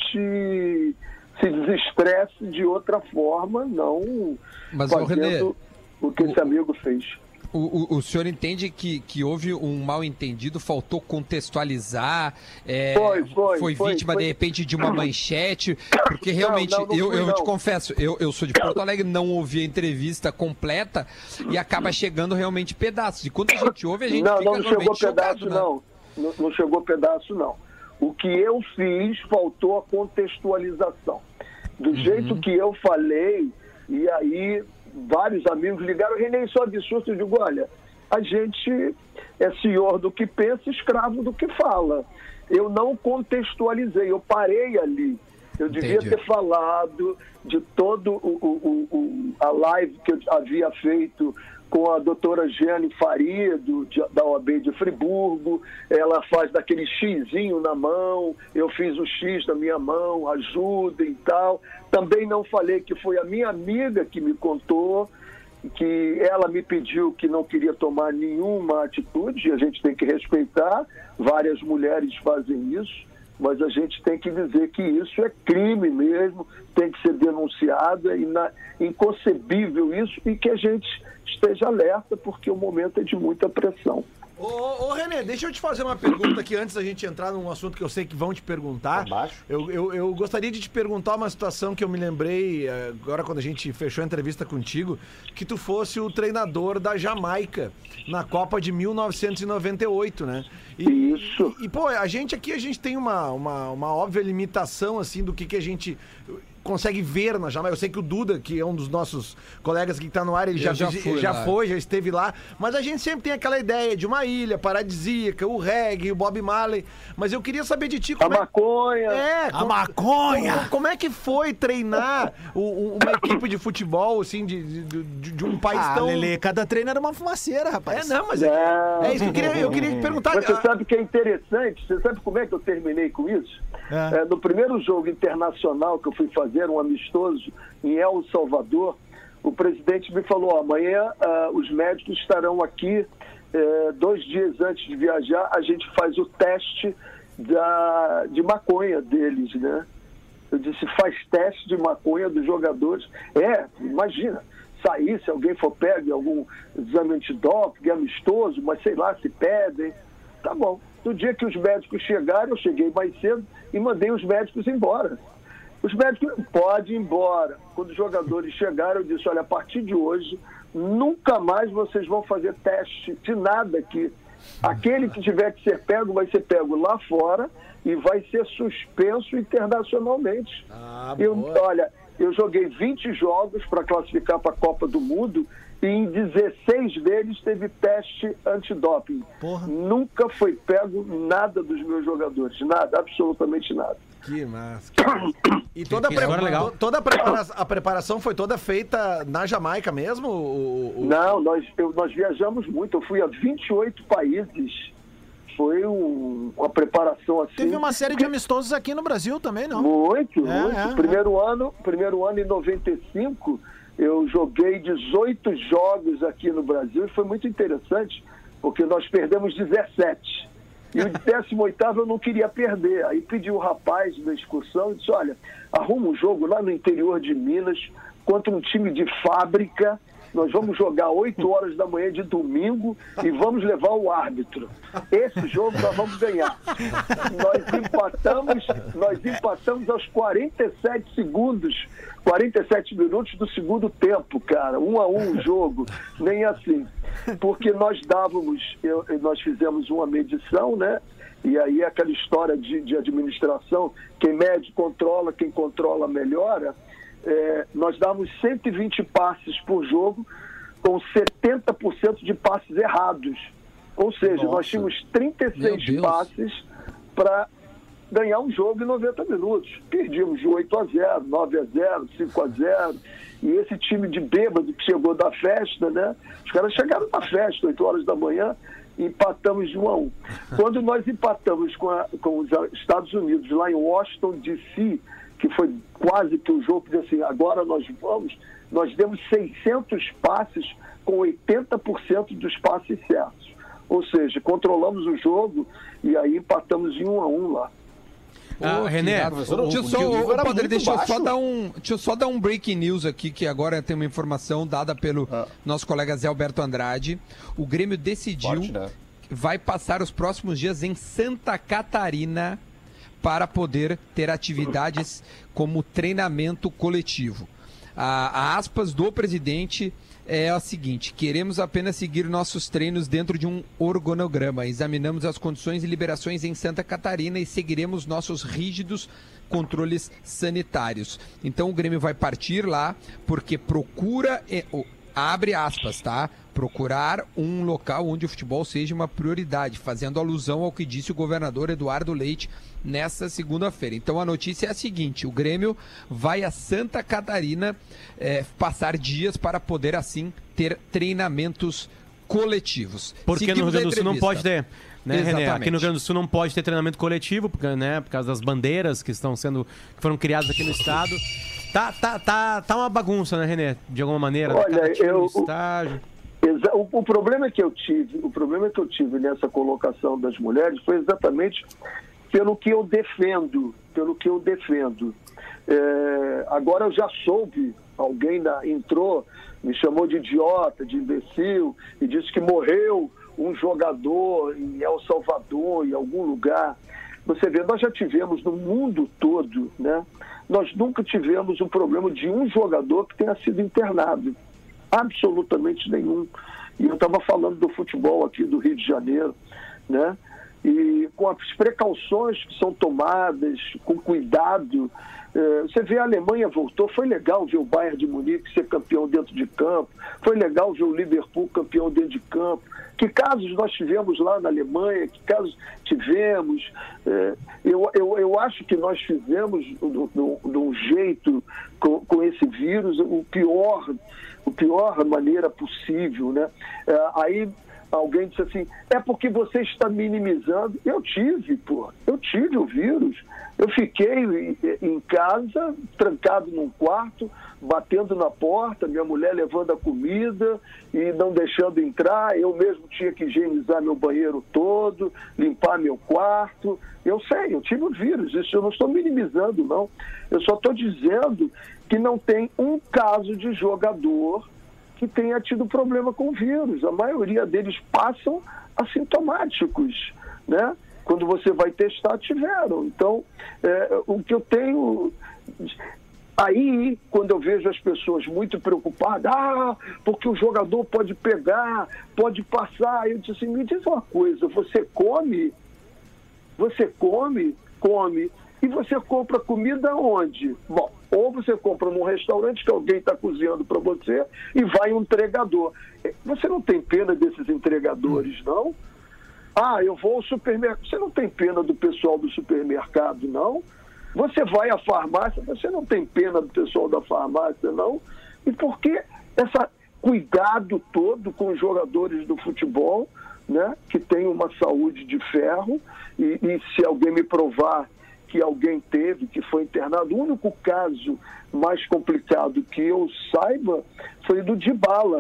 gente se desestresse de outra forma, não Mas, ô, Renê, fazendo o que esse amigo fez. O, o, o senhor entende que, que houve um mal-entendido, faltou contextualizar, é, Foi, foi, foi foi, vítima, foi. de repente, de uma manchete, porque realmente, não, não eu, fui, eu te não. confesso, eu, eu sou de Porto Alegre, não ouvi a entrevista completa e acaba chegando realmente pedaços. E quando a gente ouve, a gente Não, fica não chegou realmente pedaço, chocado, né? não. não. Não chegou pedaço, não. O que eu fiz, faltou a contextualização. Do Uhum. jeito que eu falei, e aí vários amigos ligaram, Renê, isso é absurdo. Eu digo, olha, a gente é senhor do que pensa, escravo do que fala. Eu não contextualizei, eu parei ali. Eu devia Entendi. ter falado de todo o, o, o- o- a live que eu havia feito com a doutora Jeane Faria, do, de- da O A B de Friburgo. Ela faz daquele xizinho na mão, eu fiz o X na minha mão, ajudem e tal. Também não falei que foi a minha amiga que me contou, que ela me pediu que não queria tomar nenhuma atitude, a gente tem que respeitar, várias mulheres fazem isso, mas a gente tem que dizer que isso é crime mesmo, tem que ser denunciado, é ina- inconcebível isso, e que a gente esteja alerta, porque o momento é de muita pressão. Ô, ô, ô, Renê, deixa eu te fazer uma pergunta aqui antes da gente entrar num assunto que eu sei que vão te perguntar. Eu, eu, eu gostaria de te perguntar uma situação que eu me lembrei eh, agora quando a gente fechou a entrevista contigo, que tu fosse o treinador da Jamaica na Copa de mil novecentos e noventa e oito, né? E, Isso. E, pô, a gente aqui, a gente tem uma, uma, uma óbvia limitação, assim, do que, que a gente consegue ver na Jamaica. Eu sei que o Duda, que é um dos nossos colegas que tá no ar, ele Eu já, já visi- fui já lá. foi, já esteve lá, mas a gente sempre tem aquela ideia de uma ilha paradisíaca, o reggae, o Bob Marley, mas eu queria saber de ti A como é... maconha, É, A como- maconha! como, como é que foi treinar o- o- uma equipe de futebol, assim, de, de, de- de um país Ah, tão... Lelê, cada treino era uma fumaceira, rapaz. É, não, mas é, Não. é isso que eu queria, eu queria te perguntar. Você Ah, sabe o que é interessante? Você sabe como é que eu terminei com isso? É. É, no primeiro jogo internacional que eu fui fazer, um amistoso em El Salvador, o presidente me falou, ó, amanhã ah, os médicos estarão aqui, eh, dois dias antes de viajar, a gente faz o teste da, de maconha deles, né? Eu disse, faz teste de maconha dos jogadores. É, imagina, sair, se alguém for pego em algum exame antidoping, amistoso, mas sei lá, se pedem. Tá bom. No dia que os médicos chegaram, eu cheguei mais cedo e mandei os médicos embora. Os médicos, pode ir embora. Quando os jogadores chegaram, eu disse, olha, a partir de hoje, nunca mais vocês vão fazer teste de nada aqui. Aquele que tiver que ser pego, vai ser pego lá fora e vai ser suspenso internacionalmente. Ah, eu, boa. olha, eu joguei vinte jogos para classificar para a Copa do Mundo e em dezesseis deles teve teste antidoping. Porra. Nunca foi pego nada dos meus jogadores, nada, absolutamente nada. Que massa. que massa. E toda, a, Que pre- história legal. to- toda a, prepara- a preparação foi toda feita na Jamaica mesmo? O, o- Não, nós, eu- nós viajamos muito, eu fui a vinte e oito países. Foi um- uma preparação assim. Teve uma série de amistosos aqui no Brasil também, não? Muito, É, muito. é, primeiro ano, primeiro ano em noventa e cinco, eu joguei dezoito jogos aqui no Brasil e foi muito interessante, porque nós perdemos dezessete. E o décimo oitavo eu não queria perder. Aí pedi o rapaz da excursão e disse, olha, arruma um jogo lá no interior de Minas contra um time de fábrica nós vamos jogar oito horas da manhã de domingo e vamos levar o árbitro. Esse jogo nós vamos ganhar. Nós empatamos, nós empatamos aos quarenta e sete segundos, quarenta e sete minutos do segundo tempo, cara. Um a um o jogo, nem assim. Porque nós dávamos, eu, nós fizemos uma medição, né? E aí aquela história de, de administração, quem mede controla, quem controla melhora. É, nós dávamos cento e vinte passes por jogo, com setenta por cento de passes errados. Ou seja, Nossa. nós tínhamos trinta e seis passes para ganhar um jogo em noventa minutos. Perdíamos de oito a zero, nove a zero, cinco a zero. E esse time de bêbado que chegou da festa, né? Os caras chegaram na festa, oito horas da manhã, e empatamos de um a um. Quando nós empatamos com, a, com os Estados Unidos, lá em Washington, D C, que foi quase que o jogo, que assim, agora nós vamos, nós demos seiscentos passes com oitenta por cento dos passes certos. Ou seja, controlamos o jogo e aí empatamos em um a um lá. Ah, René, Deixa eu só, ô, ô, Padre, deixa eu só dar um, deixa eu só dar um breaking news aqui, que agora tem uma informação dada pelo ah. nosso colega Zé Alberto Andrade. O Grêmio decidiu, Forte, né? vai passar os próximos dias em Santa Catarina para poder ter atividades como treinamento coletivo. A, a aspas do presidente é a seguinte: queremos apenas seguir nossos treinos dentro de um organograma. Examinamos as condições e liberações em Santa Catarina e seguiremos nossos rígidos controles sanitários. Então o Grêmio vai partir lá porque procura, oh, abre aspas, tá? Procurar um local onde o futebol seja uma prioridade, fazendo alusão ao que disse o governador Eduardo Leite nessa segunda-feira. Então a notícia é a seguinte: o Grêmio vai a Santa Catarina é, passar dias para poder assim ter treinamentos coletivos. Porque Seguimos no Rio Grande do Sul não pode ter, né, René? Aqui no Rio Grande do Sul não pode ter treinamento coletivo, porque, né, por causa das bandeiras que estão sendo, que foram criadas aqui no estado. Tá, tá, tá, tá uma bagunça, né, René? De alguma maneira. Olha, eu... estágio. O, o problema que eu tive, o problema que eu tive nessa colocação das mulheres foi exatamente pelo que eu defendo, pelo que eu defendo. É, agora eu já soube, alguém da, entrou, me chamou de idiota, de imbecil, e disse que morreu um jogador em El Salvador, em algum lugar. Você vê, nós já tivemos no mundo todo, né? Nós nunca tivemos um problema de um jogador que tenha sido internado. Absolutamente nenhum. E eu estava falando do futebol aqui do Rio de Janeiro, né? E com as precauções que são tomadas, com cuidado. Eh, você vê, a Alemanha voltou, foi legal ver o Bayern de Munique ser campeão dentro de campo, foi legal ver o Liverpool campeão dentro de campo. Que casos nós tivemos lá na Alemanha, que casos tivemos. Eh, eu, eu, eu acho que nós fizemos, de um jeito, com, com esse vírus, o pior, o pior maneira possível, né? Eh, aí alguém disse assim, é porque você está minimizando. Eu tive, pô, eu tive o vírus. Eu fiquei em casa, trancado num quarto, batendo na porta, minha mulher levando a comida e não deixando entrar. Eu mesmo tinha que higienizar meu banheiro todo, limpar meu quarto. Eu sei, eu tive o vírus, isso eu não estou minimizando, não. Eu só estou dizendo que não tem um caso de jogador que tenha tido problema com o vírus. A maioria deles passam assintomáticos, né? Quando você vai testar, tiveram. Então, é, o que eu tenho... Aí, quando eu vejo as pessoas muito preocupadas, ah, porque o jogador pode pegar, pode passar, eu disse assim, me diz uma coisa, você come, você come, come, e você compra comida onde? Bom, ou você compra num restaurante que alguém está cozinhando para você e vai um entregador. Você não tem pena desses entregadores, não? Ah, eu vou ao supermercado. Você não tem pena do pessoal do supermercado, não? Você vai à farmácia, você não tem pena do pessoal da farmácia, não? E por que esse cuidado todo com os jogadores do futebol, né, que tem uma saúde de ferro, e, e se alguém me provar que alguém teve, que foi internado, o único caso mais complicado que eu saiba foi do Dybala,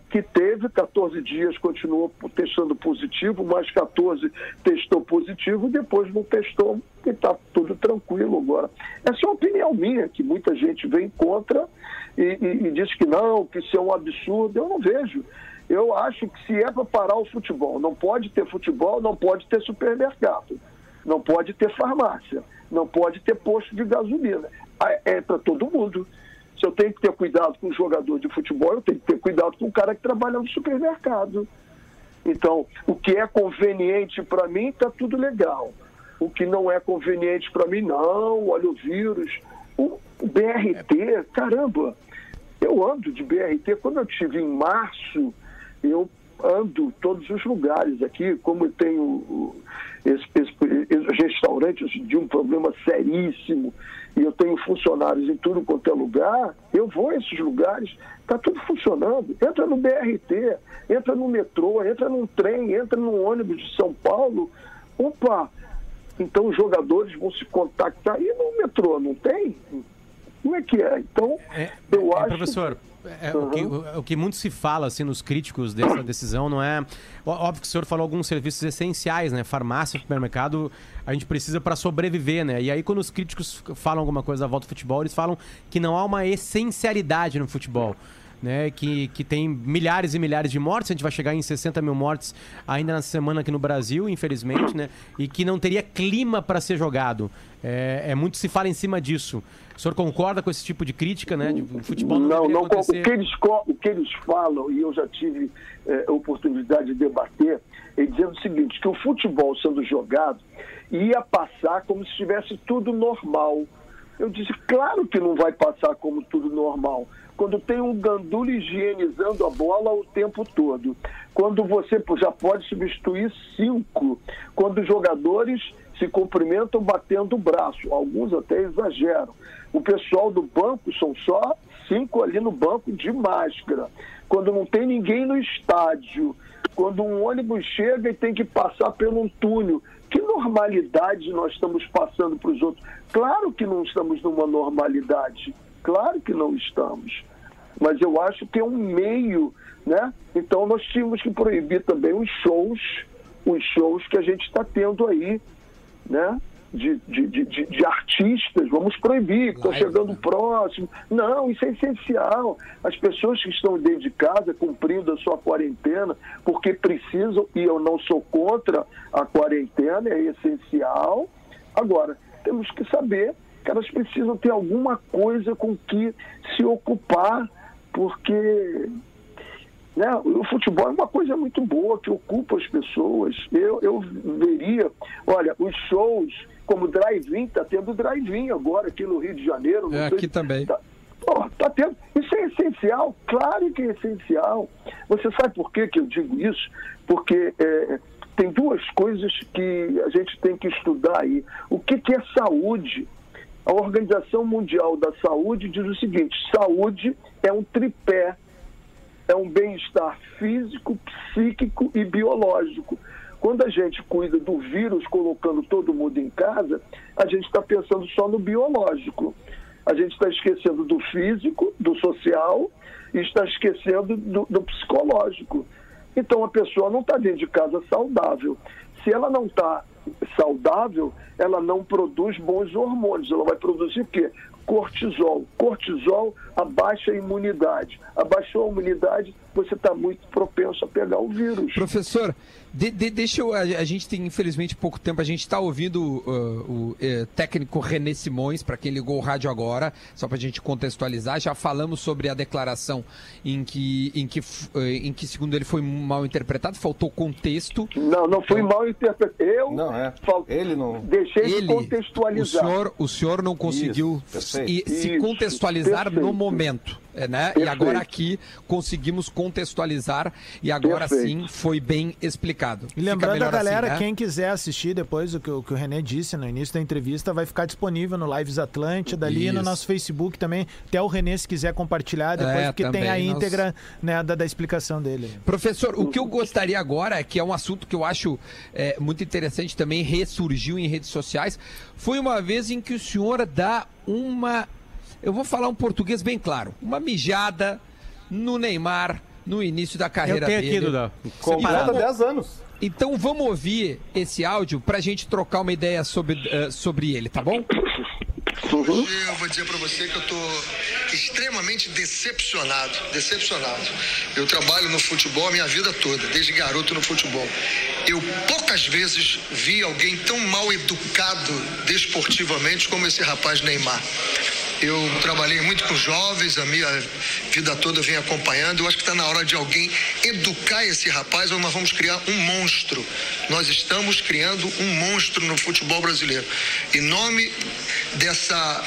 que teve quatorze dias, continuou testando positivo, mais quatorze testou positivo, depois não testou e está tudo tranquilo agora. Essa é uma opinião minha, que muita gente vem contra e, e, e diz que não, que isso é um absurdo. Eu não vejo. Eu acho que se é para parar o futebol, não pode ter futebol, não pode ter supermercado, não pode ter farmácia, não pode ter posto de gasolina. É para todo mundo. Se eu tenho que ter cuidado com o jogador de futebol, eu tenho que ter cuidado com o cara que trabalha no supermercado. Então, o que é conveniente para mim, está tudo legal. O que não é conveniente para mim, não, olha o vírus. O, o B R T, caramba, eu ando de B R T. Quando eu estive em março, eu ando todos os lugares aqui, como eu tenho esse, esse, esse restaurantes de um problema seríssimo, e eu tenho funcionários em tudo quanto é lugar, eu vou a esses lugares, está tudo funcionando. Entra no B R T, entra no metrô, entra num trem, entra num ônibus de São Paulo, opa, então os jogadores vão se contactar. E no metrô, não tem? Como é que é? Então, é, eu é, acho... Professor, é, Uhum. o, que, o, o que muito se fala assim, nos críticos dessa decisão não é... Óbvio que o senhor falou alguns serviços essenciais, né? Farmácia, supermercado, a gente precisa para sobreviver, né? E aí quando os críticos falam alguma coisa da volta do futebol, eles falam que não há uma essencialidade no futebol. Né, que, que tem milhares e milhares de mortes, a gente vai chegar em sessenta mil mortes ainda na semana aqui no Brasil, infelizmente, né, e que não teria clima para ser jogado. É, é muito se fala em cima disso. O senhor concorda com esse tipo de crítica, né? De, o futebol não, não, não acontecer... o, que eles, o que eles falam, e eu já tive é, a oportunidade de debater, é dizendo o seguinte, que o futebol sendo jogado ia passar como se estivesse tudo normal. Eu disse, claro que não vai passar como tudo normal. Quando tem um gandula higienizando a bola o tempo todo, quando você já pode substituir cinco, quando os jogadores se cumprimentam batendo o braço, alguns até exageram. O pessoal do banco são só cinco ali no banco de máscara. Quando não tem ninguém no estádio, quando um ônibus chega e tem que passar por um túnel, que normalidade nós estamos passando para os outros? Claro que não estamos numa normalidade, claro que não estamos. Mas eu acho que é um meio, né? Então nós tínhamos que proibir também os shows, os shows que a gente está tendo aí, né? De, de, de, de artistas, vamos proibir, estão chegando próximo. Não, isso é essencial. As pessoas que estão dentro de casa cumprindo a sua quarentena, porque precisam, e eu não sou contra a quarentena, é essencial. Agora, temos que saber que elas precisam ter alguma coisa com que se ocupar, porque né, o futebol é uma coisa muito boa, que ocupa as pessoas. Eu, eu veria, olha, os shows como drive-in, está tendo drive-in agora aqui no Rio de Janeiro. É, aqui também. Tá, oh, tá tendo. Isso é essencial, claro que é essencial. Você sabe por que, que eu digo isso? Porque é, tem duas coisas que a gente tem que estudar aí. O que, que é saúde? A Organização Mundial da Saúde diz o seguinte, saúde é um tripé, é um bem-estar físico, psíquico e biológico. Quando a gente cuida do vírus, colocando todo mundo em casa, a gente está pensando só no biológico. A gente está esquecendo do físico, do social, e está esquecendo do, do psicológico. Então a pessoa não está dentro de casa saudável. Se ela não está saudável, ela não produz bons hormônios. Ela vai produzir o quê? Cortisol. Cortisol abaixa a imunidade. Abaixou a imunidade, você está muito propenso a pegar o vírus. Professor, de, de, deixa eu... A, a gente tem, infelizmente, pouco tempo. A gente está ouvindo uh, o uh, técnico René Simões, para quem ligou o rádio agora, só para a gente contextualizar. Já falamos sobre a declaração em que, em que, uh, em que, segundo ele, foi mal interpretado. Faltou contexto. Não, não foi então... mal interpretado. Eu não, é. fal... ele não... deixei ele, de contextualizar. O senhor, o senhor não conseguiu Isso, e, se Isso, contextualizar perfeito. no momento. Né? Perfeito. E agora aqui conseguimos contextualizar e agora Perfeito. sim foi bem explicado. E lembrando a galera, assim, né? quem quiser assistir depois o que, o que o René disse no início da entrevista, vai ficar disponível no Lives Atlântida, ali Isso. no nosso Facebook também. Até o René, se quiser compartilhar depois, É, porque também, tem a nós- íntegra né, da, da explicação dele. Professor, o que eu gostaria agora, que é um assunto que eu acho é, muito interessante também, ressurgiu em redes sociais, foi uma vez em que o senhor dá uma, eu vou falar um português bem claro, uma mijada no Neymar, no início da carreira Eu tenho dele. aqui, Duda. Completa dez anos. Então vamos ouvir esse áudio pra gente trocar uma ideia sobre, uh, sobre ele, tá bom? Hoje eu vou dizer pra você que eu tô extremamente decepcionado, decepcionado. Eu trabalho no futebol a minha vida toda, desde garoto no futebol. Eu poucas vezes vi alguém tão mal educado desportivamente como esse rapaz Neymar. Eu trabalhei muito com jovens, a minha vida toda eu venho acompanhando. Eu acho que está na hora de alguém educar esse rapaz, ou nós vamos criar um monstro. Nós estamos criando um monstro no futebol brasileiro. Em nome dessa,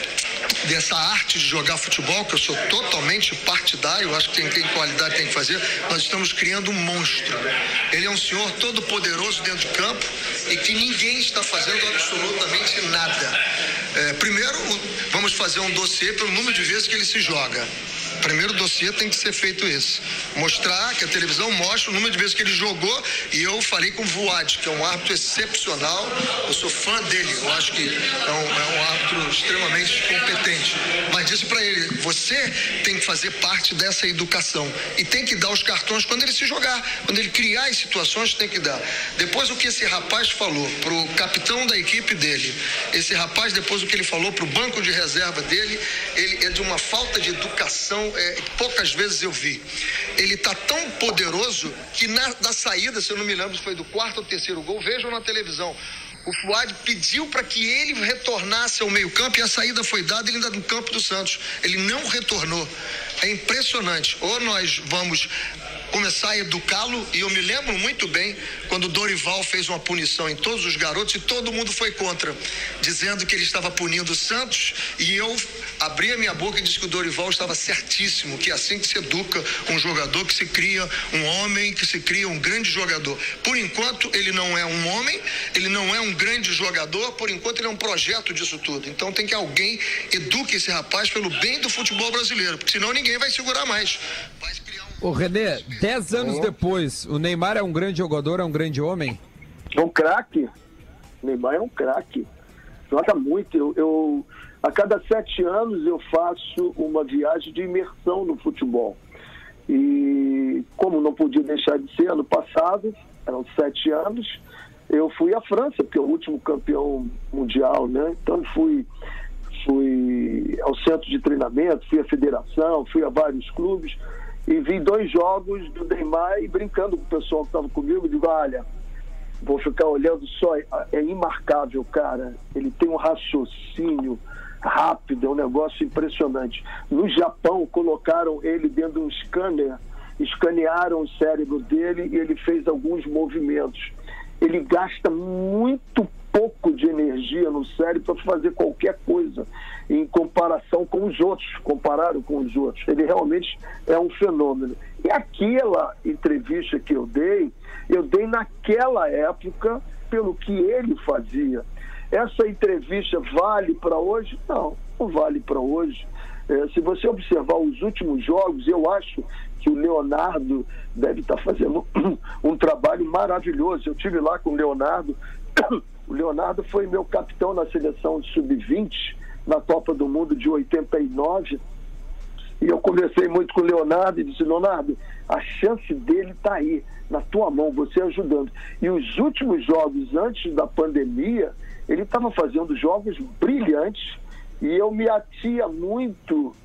dessa arte de jogar futebol, que eu sou totalmente partidário, eu acho que quem tem qualidade tem que fazer, nós estamos criando um monstro. Ele é um senhor todo poderoso dentro de campo e que ninguém está fazendo absolutamente nada. É, primeiro, vamos fazer um dossiê pelo número de vezes que ele se joga. Primeiro dossiê tem que ser feito esse. Mostrar que a televisão mostra o número de vezes que ele jogou. E eu falei com o Vuad, que é um árbitro excepcional. Eu sou fã dele. Eu acho que é um, é um árbitro extremamente competente. Mas disse para ele, você tem que fazer parte dessa educação. E tem que dar os cartões quando ele se jogar. Quando ele criar as situações, tem que dar. Depois o que esse rapaz falou pro capitão da equipe dele. Esse rapaz, depois o que ele falou pro banco de reserva dele, ele é de uma falta de educação. É, poucas vezes eu vi. Ele tá tão poderoso que na, na saída, se eu não me lembro se foi do quarto ou terceiro gol, vejam na televisão. O Fuad pediu para que ele retornasse ao meio-campo e a saída foi dada ele ainda no campo do Santos. Ele não retornou. É impressionante. Ou nós vamos começar a educá-lo, e eu me lembro muito bem quando o Dorival fez uma punição em todos os garotos e todo mundo foi contra, dizendo que ele estava punindo o Santos, e eu abri a minha boca e disse que o Dorival estava certíssimo, que é assim que se educa um jogador, que se cria um homem, que se cria um grande jogador. Por enquanto ele não é um homem, ele não é um grande jogador, por enquanto ele é um projeto disso tudo. Então tem que alguém eduque esse rapaz pelo bem do futebol brasileiro, porque senão ninguém vai segurar mais. Vai criar um... Ô René, dez anos depois, o Neymar é um grande jogador, é um grande homem? É um craque. O Neymar é um craque. Joga muito. Eu, eu, a cada sete anos eu faço uma viagem de imersão no futebol. E como não podia deixar de ser, ano passado, eram sete anos, eu fui à França, porque é o último campeão mundial, né? Então eu fui, fui ao centro de treinamento, fui à federação, fui a vários clubes e vi dois jogos do Neymar e brincando com o pessoal que estava comigo, digo, olha, vou ficar olhando só, é imarcável, cara. Ele tem um raciocínio rápido, é um negócio impressionante. No Japão, colocaram ele dentro de um scanner, escanearam o cérebro dele e ele fez alguns movimentos. Ele gasta muito pouco de energia no cérebro para fazer qualquer coisa em comparação com os outros, compararam com os outros. Ele realmente é um fenômeno. E aquela entrevista que eu dei, eu dei naquela época pelo que ele fazia. Essa entrevista vale para hoje? Não, não vale para hoje. É, se você observar os últimos jogos, eu acho que o Leonardo deve estar fazendo um trabalho maravilhoso. Eu estive lá com o Leonardo. O Leonardo foi meu capitão na seleção de sub vinte, na Copa do Mundo de oitenta e nove. E eu conversei muito com o Leonardo e disse, Leonardo, a chance dele está aí, na tua mão, você ajudando. E os últimos jogos antes da pandemia, ele estava fazendo jogos brilhantes e eu me atia muito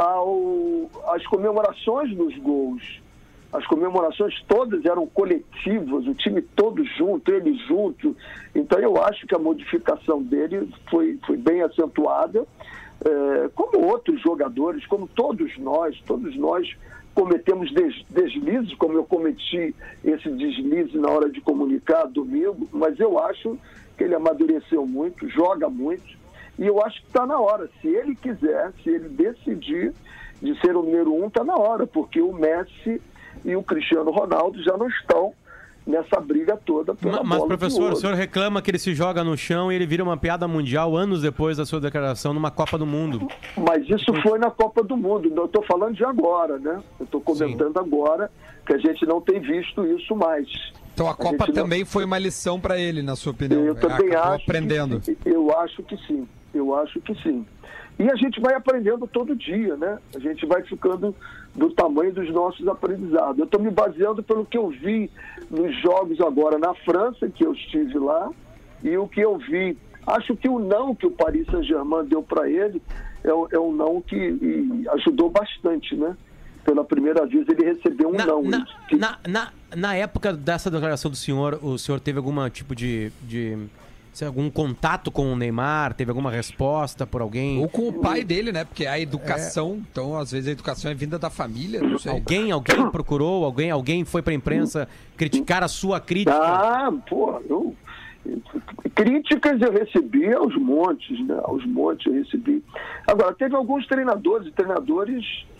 ao, às comemorações dos gols. As comemorações todas eram coletivas, o time todo junto, ele junto. Então eu acho que a modificação dele foi, foi bem acentuada, é, como outros jogadores, como todos nós, todos nós cometemos des, deslizes, como eu cometi esse deslize na hora de comunicar domingo, mas eu acho que ele amadureceu muito, joga muito, e eu acho que está na hora. Se ele quiser, se ele decidir de ser o número um, está na hora, porque o Messi e o Cristiano Ronaldo já não estão nessa briga toda pela Mas, bola professor, de ouro. o senhor reclama que ele se joga no chão e ele vira uma piada mundial anos depois da sua declaração numa Copa do Mundo. Mas isso foi na Copa do Mundo, eu estou falando de agora, né? Eu estou comentando Sim. agora que a gente não tem visto isso mais. Então a Copa a também não... foi uma lição para ele, na sua opinião? Eu também Acabou acho aprendendo. Que, eu acho que sim. Eu acho que sim. E a gente vai aprendendo todo dia, né? A gente vai ficando do tamanho dos nossos aprendizados. Eu estou me baseando pelo que eu vi nos jogos agora na França, que eu estive lá, e o que eu vi. Acho que o não que o Paris Saint-Germain deu para ele é, é um não que e ajudou bastante, né? Pela primeira vez ele recebeu um na, não. Na, que... na, na, na época dessa declaração do senhor, o senhor teve algum tipo de... de... algum contato com o Neymar? Teve alguma resposta por alguém? Ou com o pai dele, né? Porque a educação, é. então às vezes a educação é vinda da família, não sei. Alguém, alguém procurou? Alguém, alguém foi pra imprensa criticar a sua crítica? Ah, pô, eu... Críticas eu recebi aos montes, né? Aos montes eu recebi. Agora, teve alguns treinadores, treinadores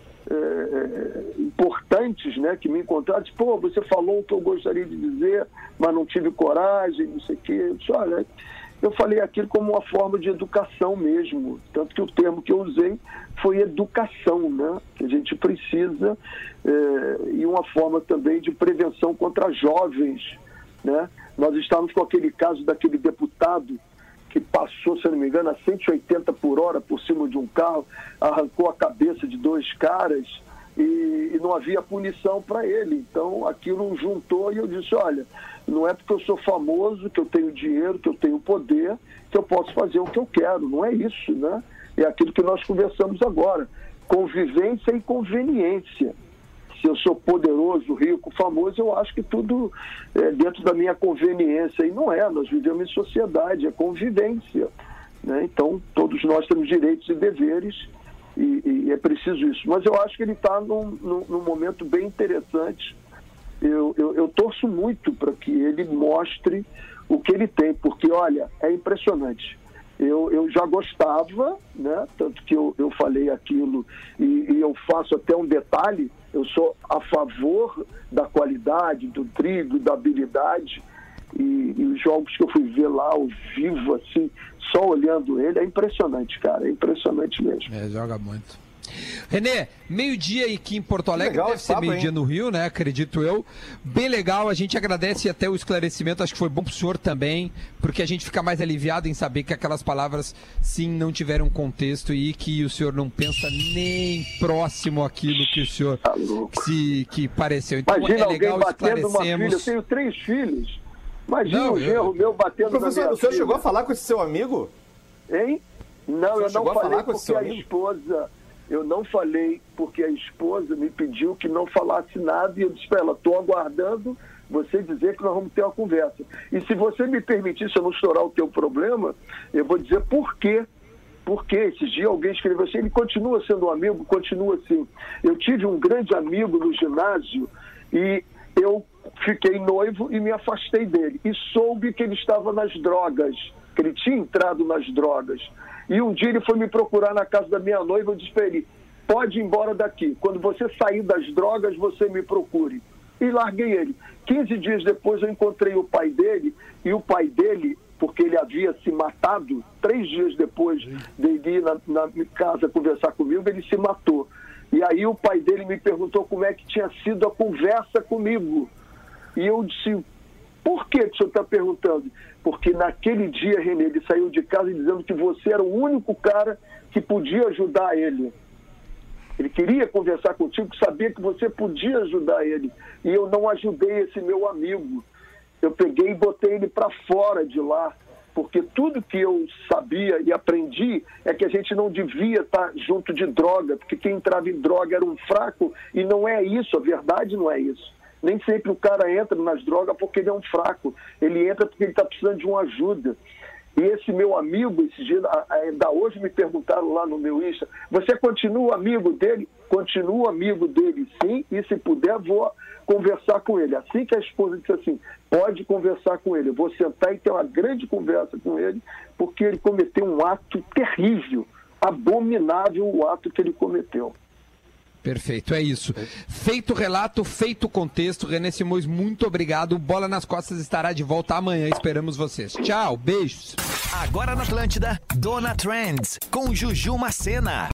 é, importantes, né? Que me encontraram, disse, pô, você falou o que eu gostaria de dizer, mas não tive coragem, não sei o quê. Eu disse, olha, eu falei aquilo como uma forma de educação mesmo, tanto que o termo que eu usei foi educação, né? Que a gente precisa, é, e uma forma também de prevenção contra jovens, né? Nós estávamos com aquele caso daquele deputado que passou, se eu não me engano, a cento e oitenta por hora por cima de um carro, arrancou a cabeça de dois caras e, e não havia punição para ele. Então aquilo juntou e eu disse, olha, não é porque eu sou famoso, que eu tenho dinheiro, que eu tenho poder, que eu posso fazer o que eu quero. Não é isso, né? É aquilo que nós conversamos agora. Convivência e conveniência. Se eu sou poderoso, rico, famoso, eu acho que tudo é dentro da minha conveniência. E não é, nós vivemos em sociedade, é convivência, né? Então, todos nós temos direitos e deveres e, e é preciso isso. Mas eu acho que ele está num, num, num momento bem interessante. Eu, eu, eu torço muito para que ele mostre o que ele tem, porque, olha, é impressionante. Eu, eu já gostava, né? Tanto que eu, eu falei aquilo e, e eu faço até um detalhe, eu sou a favor da qualidade, do drible, da habilidade e, e os jogos que eu fui ver lá ao vivo, assim, só olhando ele, é impressionante, cara, é impressionante mesmo. É, joga muito. Renê, meio-dia aqui em Porto Alegre, legal, deve ser papo, meio-dia hein? no Rio, né? Acredito eu. Bem legal, a gente agradece até o esclarecimento, acho que foi bom pro senhor também, porque a gente fica mais aliviado em saber que aquelas palavras, sim, não tiveram contexto e que o senhor não pensa nem próximo àquilo que o senhor tá se que pareceu. Então Imagina é legal, alguém batendo uma filha, eu esclarecemos. tenho três filhos. Imagina Não, um eu- genro meu batendo na Professor, minha o senhor filha. chegou a falar com esse seu amigo? Hein? Não, Você eu chegou não a falar falei com esse porque seu a amigo? esposa, eu não falei porque a esposa me pediu que não falasse nada e eu disse para ela, estou aguardando você dizer que nós vamos ter uma conversa. E se você me permitir, se eu não estourar o teu problema, eu vou dizer por quê. Porque esses dias alguém escreveu assim, ele continua sendo um amigo, continua assim. Eu tive um grande amigo no ginásio e eu fiquei noivo e me afastei dele. E soube que ele estava nas drogas, que ele tinha entrado nas drogas. E um dia ele foi me procurar na casa da minha noiva, eu disse para ele, pode ir embora daqui. Quando você sair das drogas, você me procure. E larguei ele. quinze dias depois eu encontrei o pai dele, e o pai dele, porque ele havia se matado, três dias depois de ir na, na casa conversar comigo, ele se matou. E aí o pai dele me perguntou como é que tinha sido a conversa comigo. E eu disse, por que que o senhor está perguntando? Porque naquele dia, Renê, ele saiu de casa dizendo que você era o único cara que podia ajudar ele. Ele queria conversar contigo, sabia que você podia ajudar ele. E eu não ajudei esse meu amigo. Eu peguei e botei ele para fora de lá. Porque tudo que eu sabia e aprendi é que a gente não devia estar junto de droga. Porque quem entrava em droga era um fraco. E não é isso, a verdade não é isso. Nem sempre o cara entra nas drogas porque ele é um fraco. Ele entra porque ele está precisando de uma ajuda. E esse meu amigo, esse dia, ainda hoje me perguntaram lá no meu Insta, você continua amigo dele? Continuo amigo dele, sim, e se puder vou conversar com ele. Assim que a esposa disse assim, pode conversar com ele. Eu vou sentar e ter uma grande conversa com ele, porque ele cometeu um ato terrível, abominável o ato que ele cometeu. Perfeito, é isso. Feito o relato, feito o contexto. René Simões, muito obrigado. Bola nas Costas estará de volta amanhã. Esperamos vocês. Tchau, beijos. Agora na Atlântida, Dona Trends, com Juju Macena.